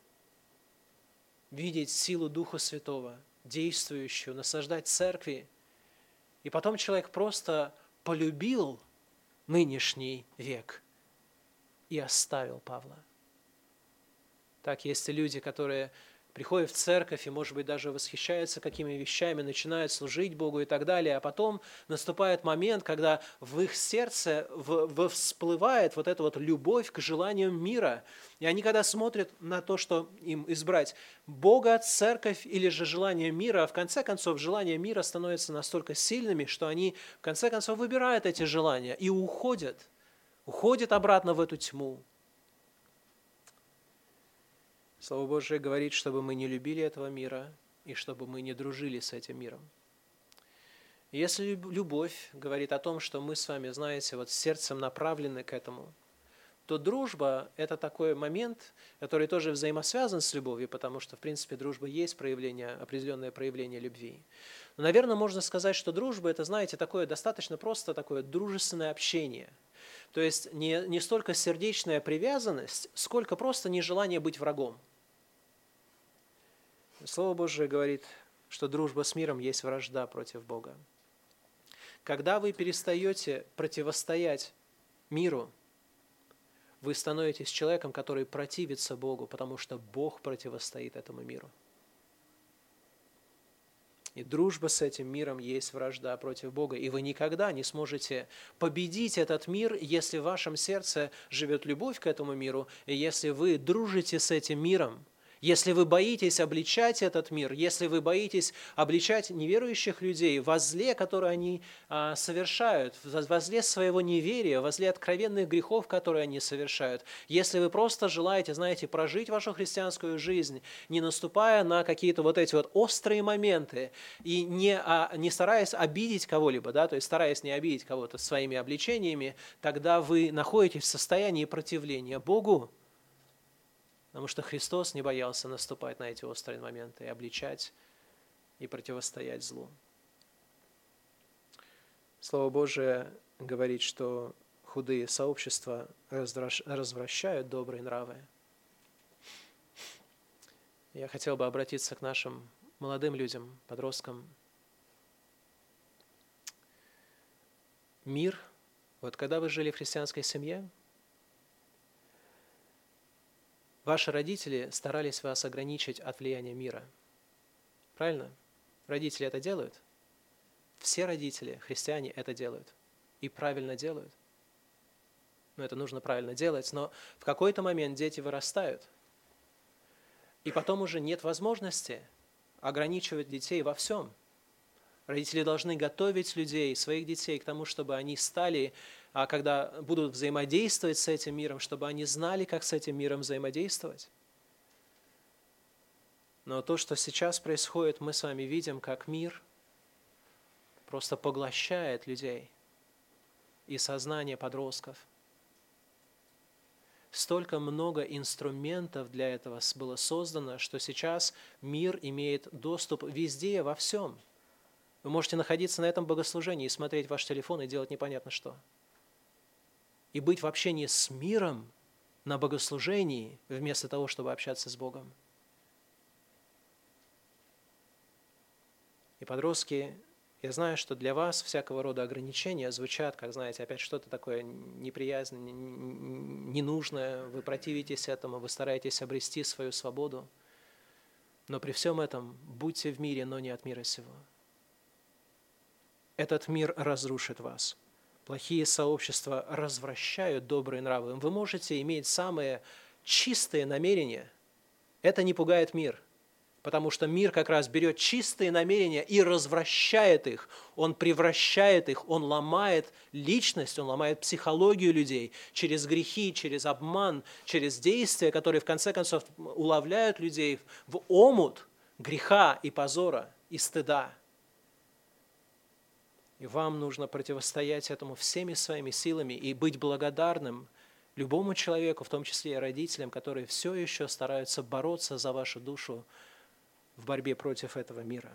Видеть силу Духа Святого, действующую, наслаждать церкви. И потом человек просто полюбил нынешний век и оставил Павла. Так, есть и люди, которые приходят в церковь и, может быть, даже восхищаются какими вещами, начинают служить Богу и так далее, а потом наступает момент, когда в их сердце всплывает вот эта вот любовь к желаниям мира. И они, когда смотрят на то, что им избрать Бога, церковь или же желание мира, в конце концов, желания мира становятся настолько сильными, что они, в конце концов, выбирают эти желания и уходят обратно в эту тьму. Слово Божие говорит, чтобы мы не любили этого мира и чтобы мы не дружили с этим миром. И если любовь говорит о том, что мы с вами, знаете, вот сердцем направлены к этому, то дружба – это такой момент, который тоже взаимосвязан с любовью, потому что, в принципе, дружба есть определенное проявление любви. Но, наверное, можно сказать, что дружба – это, знаете, такое достаточно просто такое дружественное общение. То есть не столько сердечная привязанность, сколько просто нежелание быть врагом. Слово Божие говорит, что дружба с миром есть вражда против Бога. Когда вы перестаете противостоять миру, вы становитесь человеком, который противится Богу, потому что Бог противостоит этому миру. И дружба с этим миром есть вражда против Бога. И вы никогда не сможете победить этот мир, если в вашем сердце живет любовь к этому миру, и если вы дружите с этим миром, если вы боитесь обличать этот мир, если вы боитесь обличать неверующих людей во зле, которое они совершают, во зле своего неверия, во зле откровенных грехов, которые они совершают, если вы просто желаете, знаете, прожить вашу христианскую жизнь, не наступая на какие-то вот эти вот острые моменты и не стараясь обидеть кого-либо, да, то есть стараясь не обидеть кого-то своими обличениями, тогда вы находитесь в состоянии противления Богу. Потому что Христос не боялся наступать на эти острые моменты и обличать, и противостоять злу. Слово Божие говорит, что худые сообщества развращают добрые нравы. Я хотел бы обратиться к нашим молодым людям, подросткам. Мир, вот когда вы жили в христианской семье, ваши родители старались вас ограничить от влияния мира. Правильно? Родители это делают? Все родители, христиане, это делают. И правильно делают. Но это нужно правильно делать. Но в какой-то момент дети вырастают. И потом уже нет возможности ограничивать детей во всем. Родители должны готовить людей, своих детей к тому, чтобы они стали, когда будут взаимодействовать с этим миром, чтобы они знали, как с этим миром взаимодействовать. Но то, что сейчас происходит, мы с вами видим, как мир просто поглощает людей и сознание подростков. Столько много инструментов для этого было создано, что сейчас мир имеет доступ везде, во всем. Вы можете находиться на этом богослужении и смотреть ваш телефон и делать непонятно что. И быть в общении с миром на богослужении, вместо того, чтобы общаться с Богом. И подростки, я знаю, что для вас всякого рода ограничения звучат, как, знаете, опять что-то такое неприязное, ненужное, вы противитесь этому, вы стараетесь обрести свою свободу. Но при всем этом будьте в мире, но не от мира сего. Этот мир разрушит вас. Плохие сообщества развращают добрые нравы. Вы можете иметь самые чистые намерения. Это не пугает мир, потому что мир как раз берет чистые намерения и развращает их. Он превращает их, он ломает личность, он ломает психологию людей через грехи, через обман, через действия, которые в конце концов уловляют людей в омут греха и позора и стыда. И вам нужно противостоять этому всеми своими силами и быть благодарным любому человеку, в том числе и родителям, которые все еще стараются бороться за вашу душу в борьбе против этого мира.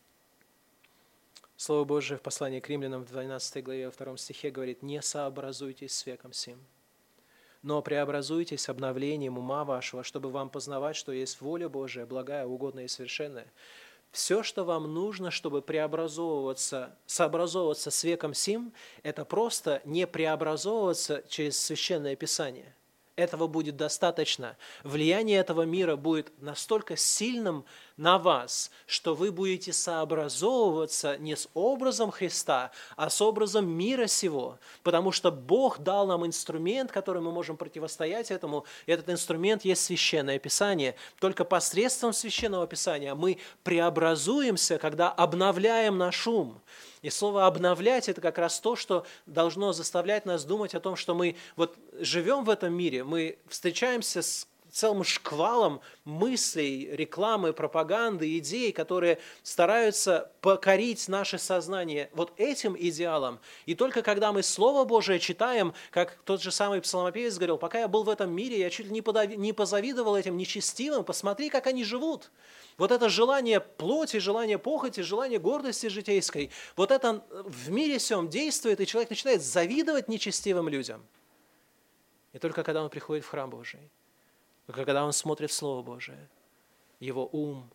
Слово Божие в послании к Римлянам в 12 главе, во 2 стихе говорит: «Не сообразуйтесь с веком сим, но преобразуйтесь обновлением ума вашего, чтобы вам познавать, что есть воля Божия, благая, угодная и совершенная». Все, что вам нужно, чтобы сообразовываться с веком сим, это просто не преобразовываться через Священное Писание. этого будет достаточно. Влияние этого мира будет настолько сильным на вас, что вы будете сообразовываться не с образом Христа, а с образом мира сего. Потому что Бог дал нам инструмент, которым мы можем противостоять этому. И этот инструмент есть Священное Писание. Только посредством Священного Писания мы преобразуемся, когда обновляем наш ум. И слово «обновлять» – это как раз то, что должно заставлять нас думать о том, что мы вот живем в этом мире, мы встречаемся с целым шквалом мыслей, рекламы, пропаганды, идей, которые стараются покорить наше сознание вот этим идеалом. И только когда мы Слово Божие читаем, как тот же самый псалмопевец говорил, пока я был в этом мире, я чуть ли не позавидовал этим нечестивым, посмотри, как они живут. Вот это желание плоти, желание похоти, желание гордости житейской, вот это в мире всем действует, и человек начинает завидовать нечестивым людям. И только когда он приходит в храм Божий, когда он смотрит в Слово Божие, его ум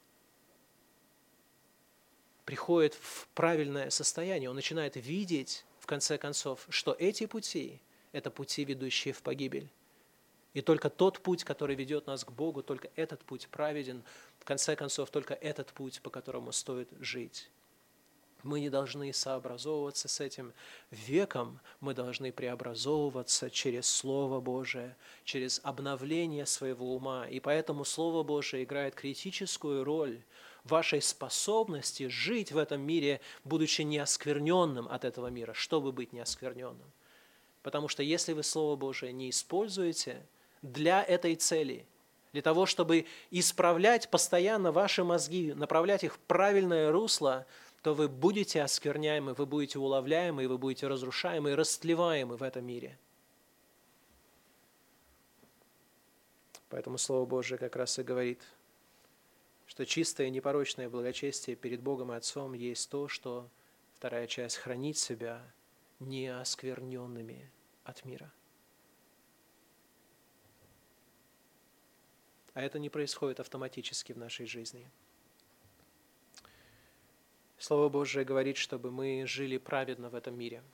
приходит в правильное состояние, он начинает видеть, в конце концов, что эти пути – это пути, ведущие в погибель. И только тот путь, который ведет нас к Богу, только этот путь праведен. В конце концов, только этот путь, по которому стоит жить. Мы не должны сообразовываться с этим веком, мы должны преобразовываться через Слово Божие, через обновление своего ума. И поэтому Слово Божие играет критическую роль в вашей способности жить в этом мире, будучи неоскверненным от этого мира, чтобы быть неоскверненным. Потому что если вы Слово Божие не используете для этой цели, для того, чтобы исправлять постоянно ваши мозги, направлять их в правильное русло, то вы будете оскверняемы, вы будете уловляемы, вы будете разрушаемы и растлеваемы в этом мире. Поэтому Слово Божие как раз и говорит, что чистое и непорочное благочестие перед Богом и Отцом есть то, что, вторая часть, хранить себя неоскверненными от мира. А это не происходит автоматически в нашей жизни. Слово Божие говорит, чтобы мы жили праведно в этом мире.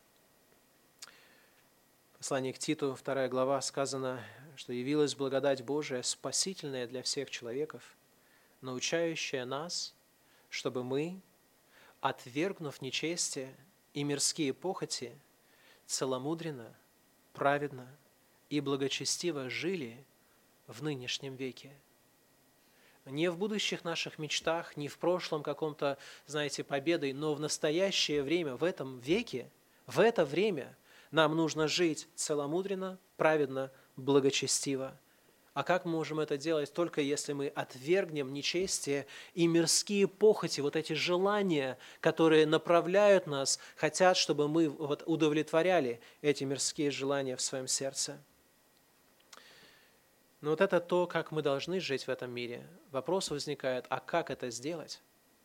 В послании к Титу, 2 глава, сказано, что явилась благодать Божия, спасительная для всех человеков, научающая нас, чтобы мы, отвергнув нечестие и мирские похоти, целомудренно, праведно и благочестиво жили в нынешнем веке. Не в будущих наших мечтах, не в прошлом каком-то, знаете, победой, но в настоящее время, в этом веке, в это время нам нужно жить целомудренно, праведно, благочестиво. А как мы можем это делать? Только если мы отвергнем нечестие и мирские похоти, вот эти желания, которые направляют нас, хотят, чтобы мы вот удовлетворяли эти мирские желания в своем сердце. Но вот это то, как мы должны жить в этом мире. Вопрос возникает, а как это сделать?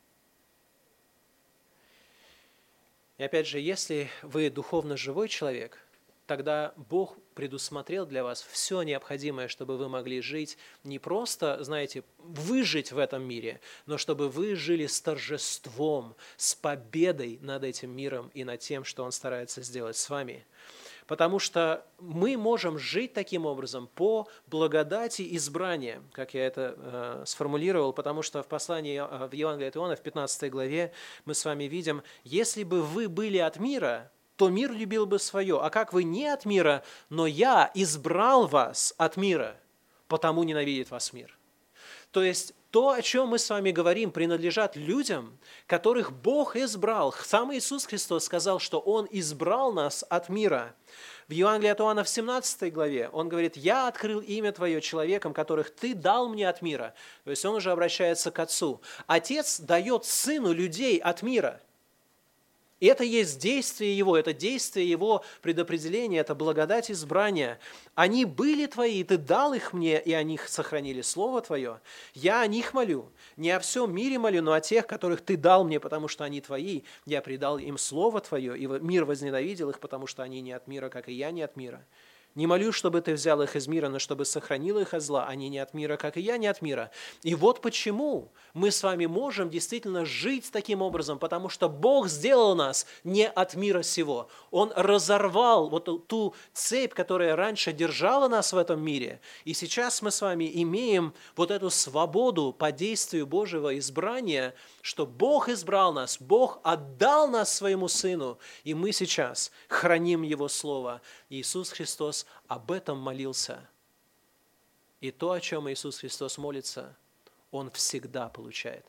И опять же, если вы духовно живой человек, тогда Бог предусмотрел для вас все необходимое, чтобы вы могли жить не просто, знаете, выжить в этом мире, но чтобы вы жили с торжеством, с победой над этим миром и над тем, что Он старается сделать с вами. Потому что мы можем жить таким образом по благодати избрания, как я это сформулировал, потому что в послании в Евангелии от Иоанна, в 15 главе, мы с вами видим, если бы вы были от мира, то мир любил бы свое. А как вы не от мира, но я избрал вас от мира, потому ненавидит вас мир. То есть то, о чем мы с вами говорим, принадлежат людям, которых Бог избрал. Сам Иисус Христос сказал, что Он избрал нас от мира. В Евангелии от Иоанна в 17 главе Он говорит, «Я открыл имя Твое человекам, которых Ты дал мне от мира». То есть Он уже обращается к Отцу. Отец дает Сыну людей от мира. И это есть действие Его, это действие Его предопределения, это благодать избрания. Они были Твои, Ты дал их мне, и они сохранили Слово Твое. Я о них молю, не о всем мире молю, но о тех, которых Ты дал мне, потому что они Твои. Я предал им Слово Твое, и мир возненавидел их, потому что они не от мира, как и я не от мира. Не молюсь, чтобы Ты взял их из мира, но чтобы сохранил их от зла. Они не от мира, как и я не от мира. И вот почему мы с вами можем действительно жить таким образом, потому что Бог сделал нас не от мира сего. Он разорвал вот ту цепь, которая раньше держала нас в этом мире. И сейчас мы с вами имеем вот эту свободу по действию Божьего избрания, что Бог избрал нас, Бог отдал нас своему Сыну, и мы сейчас храним Его Слово. Иисус Христос об этом молился. И то, о чем Иисус Христос молится, Он всегда получает.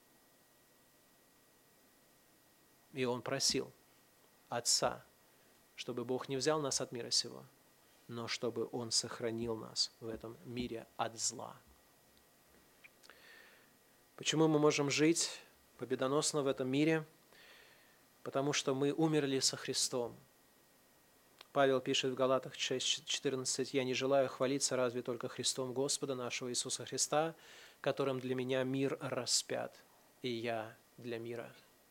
И Он просил Отца, чтобы Бог не взял нас от мира сего, но чтобы Он сохранил нас в этом мире от зла. Почему мы можем жить победоносно в этом мире? Потому что мы умерли со Христом. Павел пишет в Галатах 6:14: «Я не желаю хвалиться разве только Христом Господа нашего Иисуса Христа, которым для меня мир распят, и я для мира».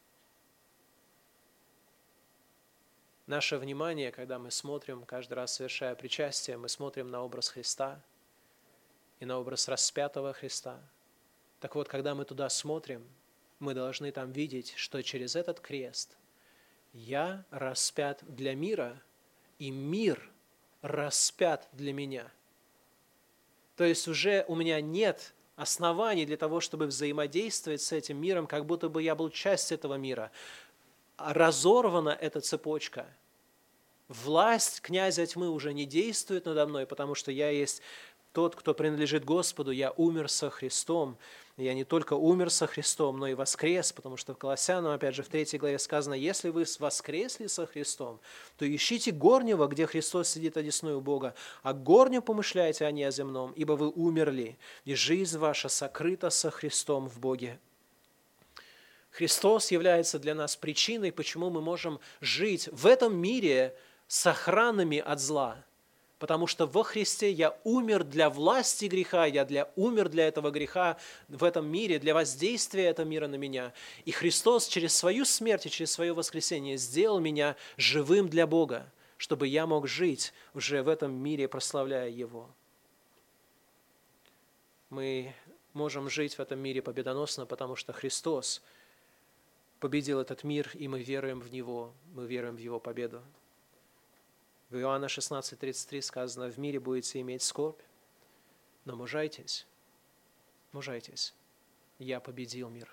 Наше внимание, когда мы смотрим, каждый раз совершая причастие, мы смотрим на образ Христа и на образ распятого Христа. Так вот, когда мы туда смотрим, мы должны там видеть, что через этот крест я распят для мира, и мир распят для меня. То есть уже у меня нет оснований для того, чтобы взаимодействовать с этим миром, как будто бы я был частью этого мира. Разорвана эта цепочка. Власть князя тьмы уже не действует надо мной, потому что я есть тот, кто принадлежит Господу. Я умер со Христом. Я не только умер со Христом, но и воскрес, потому что в Колоссянам, опять же, в 3 главе сказано: «Если вы воскресли со Христом, то ищите горнего, где Христос сидит одесную Бога, а горню помышляйте, а не о земном, ибо вы умерли, и жизнь ваша сокрыта со Христом в Боге». Христос является для нас причиной, почему мы можем жить в этом мире сохранными от зла. Потому что во Христе я умер для власти греха, умер для этого греха в этом мире, для воздействия этого мира на меня. И Христос через свою смерть и через свое воскресение сделал меня живым для Бога, чтобы я мог жить уже в этом мире, прославляя Его. Мы можем жить в этом мире победоносно, потому что Христос победил этот мир, и мы веруем в Него, мы веруем в Его победу. В Иоанна 16:33 сказано: «В мире будете иметь скорбь, но мужайтесь, мужайтесь, я победил мир».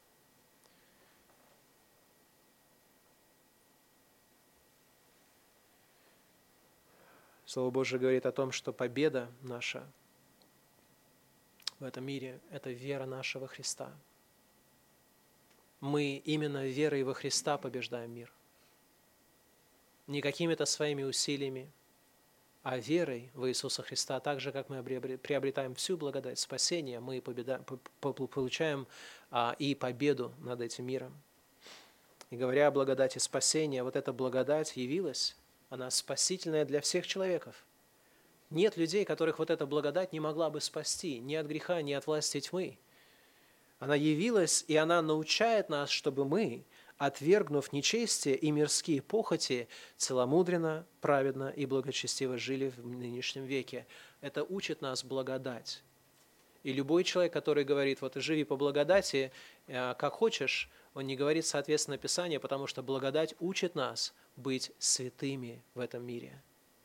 Слово Божие говорит о том, что победа наша в этом мире – это вера наша во Христа. Мы именно верой во Христа побеждаем мир. Не какими-то своими усилиями, а верой в Иисуса Христа. Так же, как мы приобретаем всю благодать спасения, мы получаем и победу над этим миром. И говоря о благодати спасения, вот эта благодать явилась, она спасительная для всех человеков. Нет людей, которых вот эта благодать не могла бы спасти ни от греха, ни от власти тьмы. Она явилась, и она научает нас, чтобы мы, отвергнув нечестие и мирские похоти, целомудренно, праведно и благочестиво жили в нынешнем веке. Это учит нас благодать. И любой человек, который говорит: вот живи по благодати, как хочешь, он не говорит соответственно Писанию, потому что благодать учит нас быть святыми в этом мире.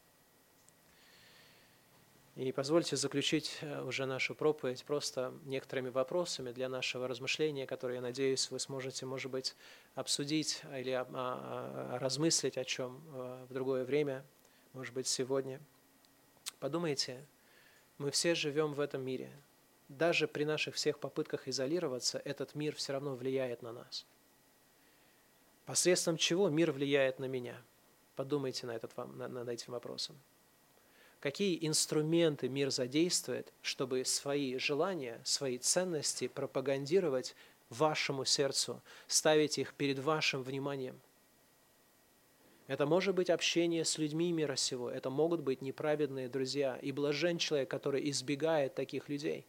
И позвольте заключить уже нашу проповедь просто некоторыми вопросами для нашего размышления, которые, я надеюсь, вы сможете, может быть, обсудить или размыслить о чем в другое время, может быть, сегодня. Подумайте, мы все живем в этом мире. Даже при наших всех попытках изолироваться, этот мир все равно влияет на нас. Посредством чего мир влияет на меня? Подумайте над этим вопросом. Какие инструменты мир задействует, чтобы свои желания, свои ценности пропагандировать вашему сердцу, ставить их перед вашим вниманием? Это может быть общение с людьми мира сего, это могут быть неправедные друзья, и блажен человек, который избегает таких людей.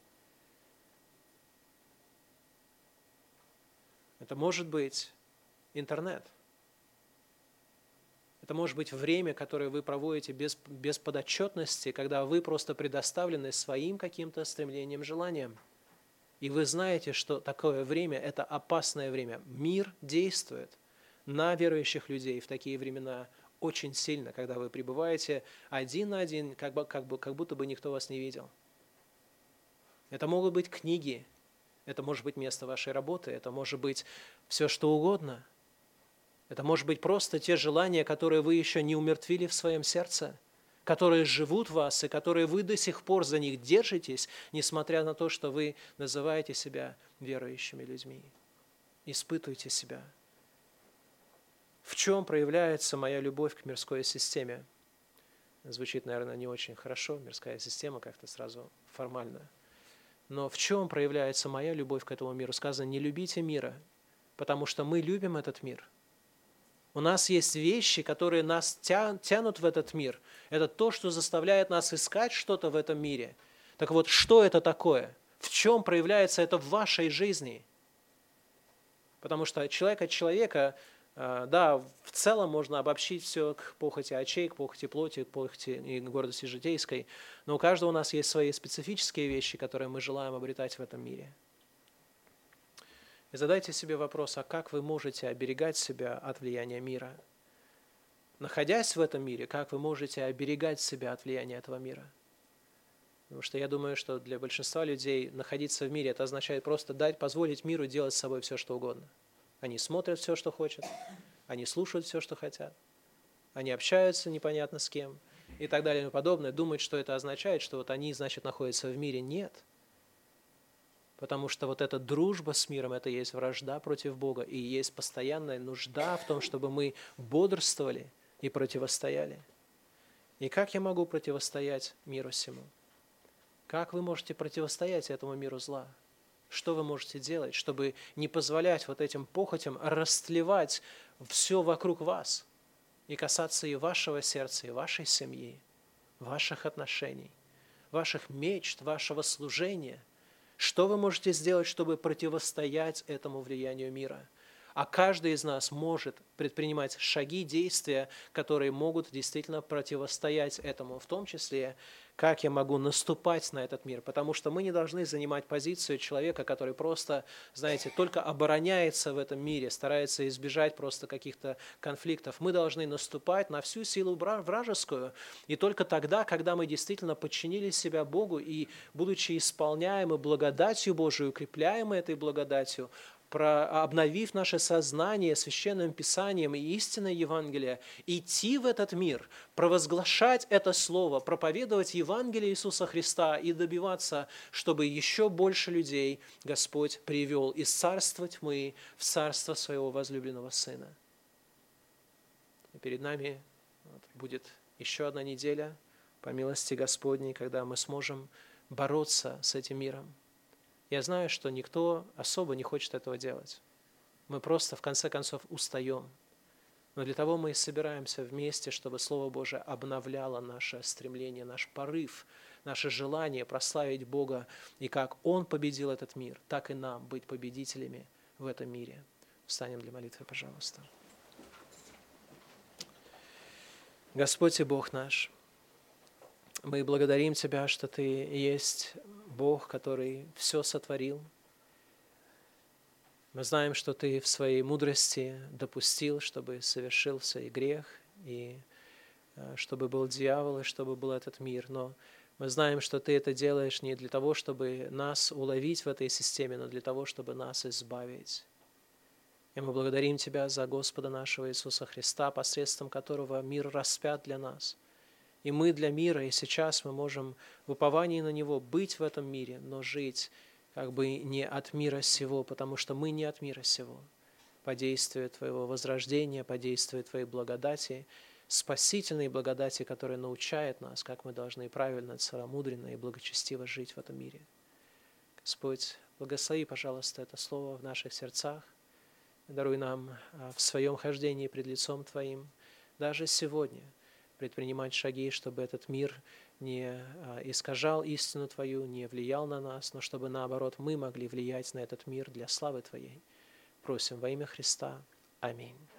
Это может быть интернет. Это может быть время, которое вы проводите без подотчетности, когда вы просто предоставлены своим каким-то стремлением, желаниям. И вы знаете, что такое время – это опасное время. Мир действует на верующих людей в такие времена очень сильно, когда вы пребываете один на один, как будто бы никто вас не видел. Это могут быть книги, это может быть место вашей работы, это может быть все что угодно. Это может быть просто те желания, которые вы еще не умертвили в своем сердце, которые живут в вас и которые вы до сих пор за них держитесь, несмотря на то, что вы называете себя верующими людьми. Испытывайте себя. В чем проявляется моя любовь к мирской системе? Звучит, наверное, не очень хорошо, мирская система как-то сразу формально. Но в чем проявляется моя любовь к этому миру? Сказано, не любите мира, потому что мы любим этот мир. У нас есть вещи, которые нас тянут в этот мир. Это то, что заставляет нас искать что-то в этом мире. Так вот, что это такое? В чем проявляется это в вашей жизни? Потому что человек от человека, да, в целом можно обобщить все к похоти очей, к похоти плоти, к похоти и гордости житейской, но у каждого у нас есть свои специфические вещи, которые мы желаем обретать в этом мире. И задайте себе вопрос, а как вы можете оберегать себя от влияния мира? Находясь в этом мире, как вы можете оберегать себя от влияния этого мира? Потому что я думаю, что для большинства людей находиться в мире, это означает просто позволить миру делать с собой все, что угодно. Они смотрят все, что хотят, они слушают все, что хотят, они общаются непонятно с кем и так далее и подобное. Думают, что это означает, что вот они, значит, находятся в мире. Нет. Потому что вот эта дружба с миром, это есть вражда против Бога, и есть постоянная нужда в том, чтобы мы бодрствовали и противостояли. И как я могу противостоять миру сему? Как вы можете противостоять этому миру зла? Что вы можете делать, чтобы не позволять вот этим похотям растлевать все вокруг вас и касаться и вашего сердца, и вашей семьи, ваших отношений, ваших мечт, вашего служения? Что вы можете сделать, чтобы противостоять этому влиянию мира? А каждый из нас может предпринимать шаги, действия, которые могут действительно противостоять этому, в том числе, как я могу наступать на этот мир. Потому что мы не должны занимать позицию человека, который просто, знаете, только обороняется в этом мире, старается избежать просто каких-то конфликтов. Мы должны наступать на всю силу вражескую. И только тогда, когда мы действительно подчинили себя Богу и, будучи исполняемы благодатью Божией, укрепляемы этой благодатью, обновив наше сознание священным писанием и истинной Евангелия, идти в этот мир, провозглашать это слово, проповедовать Евангелие Иисуса Христа и добиваться, чтобы еще больше людей Господь привел из царства тьмы в царство своего возлюбленного Сына. И перед нами будет еще одна неделя, по милости Господней, когда мы сможем бороться с этим миром. Я знаю, что никто особо не хочет этого делать. Мы просто, в конце концов, устаем. Но для того мы и собираемся вместе, чтобы Слово Божие обновляло наше стремление, наш порыв, наше желание прославить Бога. И как Он победил этот мир, так и нам быть победителями в этом мире. Встанем для молитвы, пожалуйста. Господь и Бог наш, мы благодарим Тебя, что Ты есть Бог, который все сотворил. Мы знаем, что Ты в своей мудрости допустил, чтобы совершился и грех, и чтобы был дьявол, и чтобы был этот мир. Но мы знаем, что Ты это делаешь не для того, чтобы нас уловить в этой системе, но для того, чтобы нас избавить. И мы благодарим Тебя за Господа нашего Иисуса Христа, посредством которого мир распят для нас. И мы для мира, и сейчас мы можем в уповании на Него быть в этом мире, но жить как бы не от мира сего, потому что мы не от мира сего. По действию Твоего возрождения, по действию Твоей благодати, спасительной благодати, которая научает нас, как мы должны правильно, целомудренно и благочестиво жить в этом мире. Господь, благослови, пожалуйста, это слово в наших сердцах. Даруй нам в своем хождении пред лицом Твоим, даже сегодня, предпринимать шаги, чтобы этот мир не искажал истину Твою, не влиял на нас, но чтобы, наоборот, мы могли влиять на этот мир для славы Твоей. Просим во имя Христа. Аминь.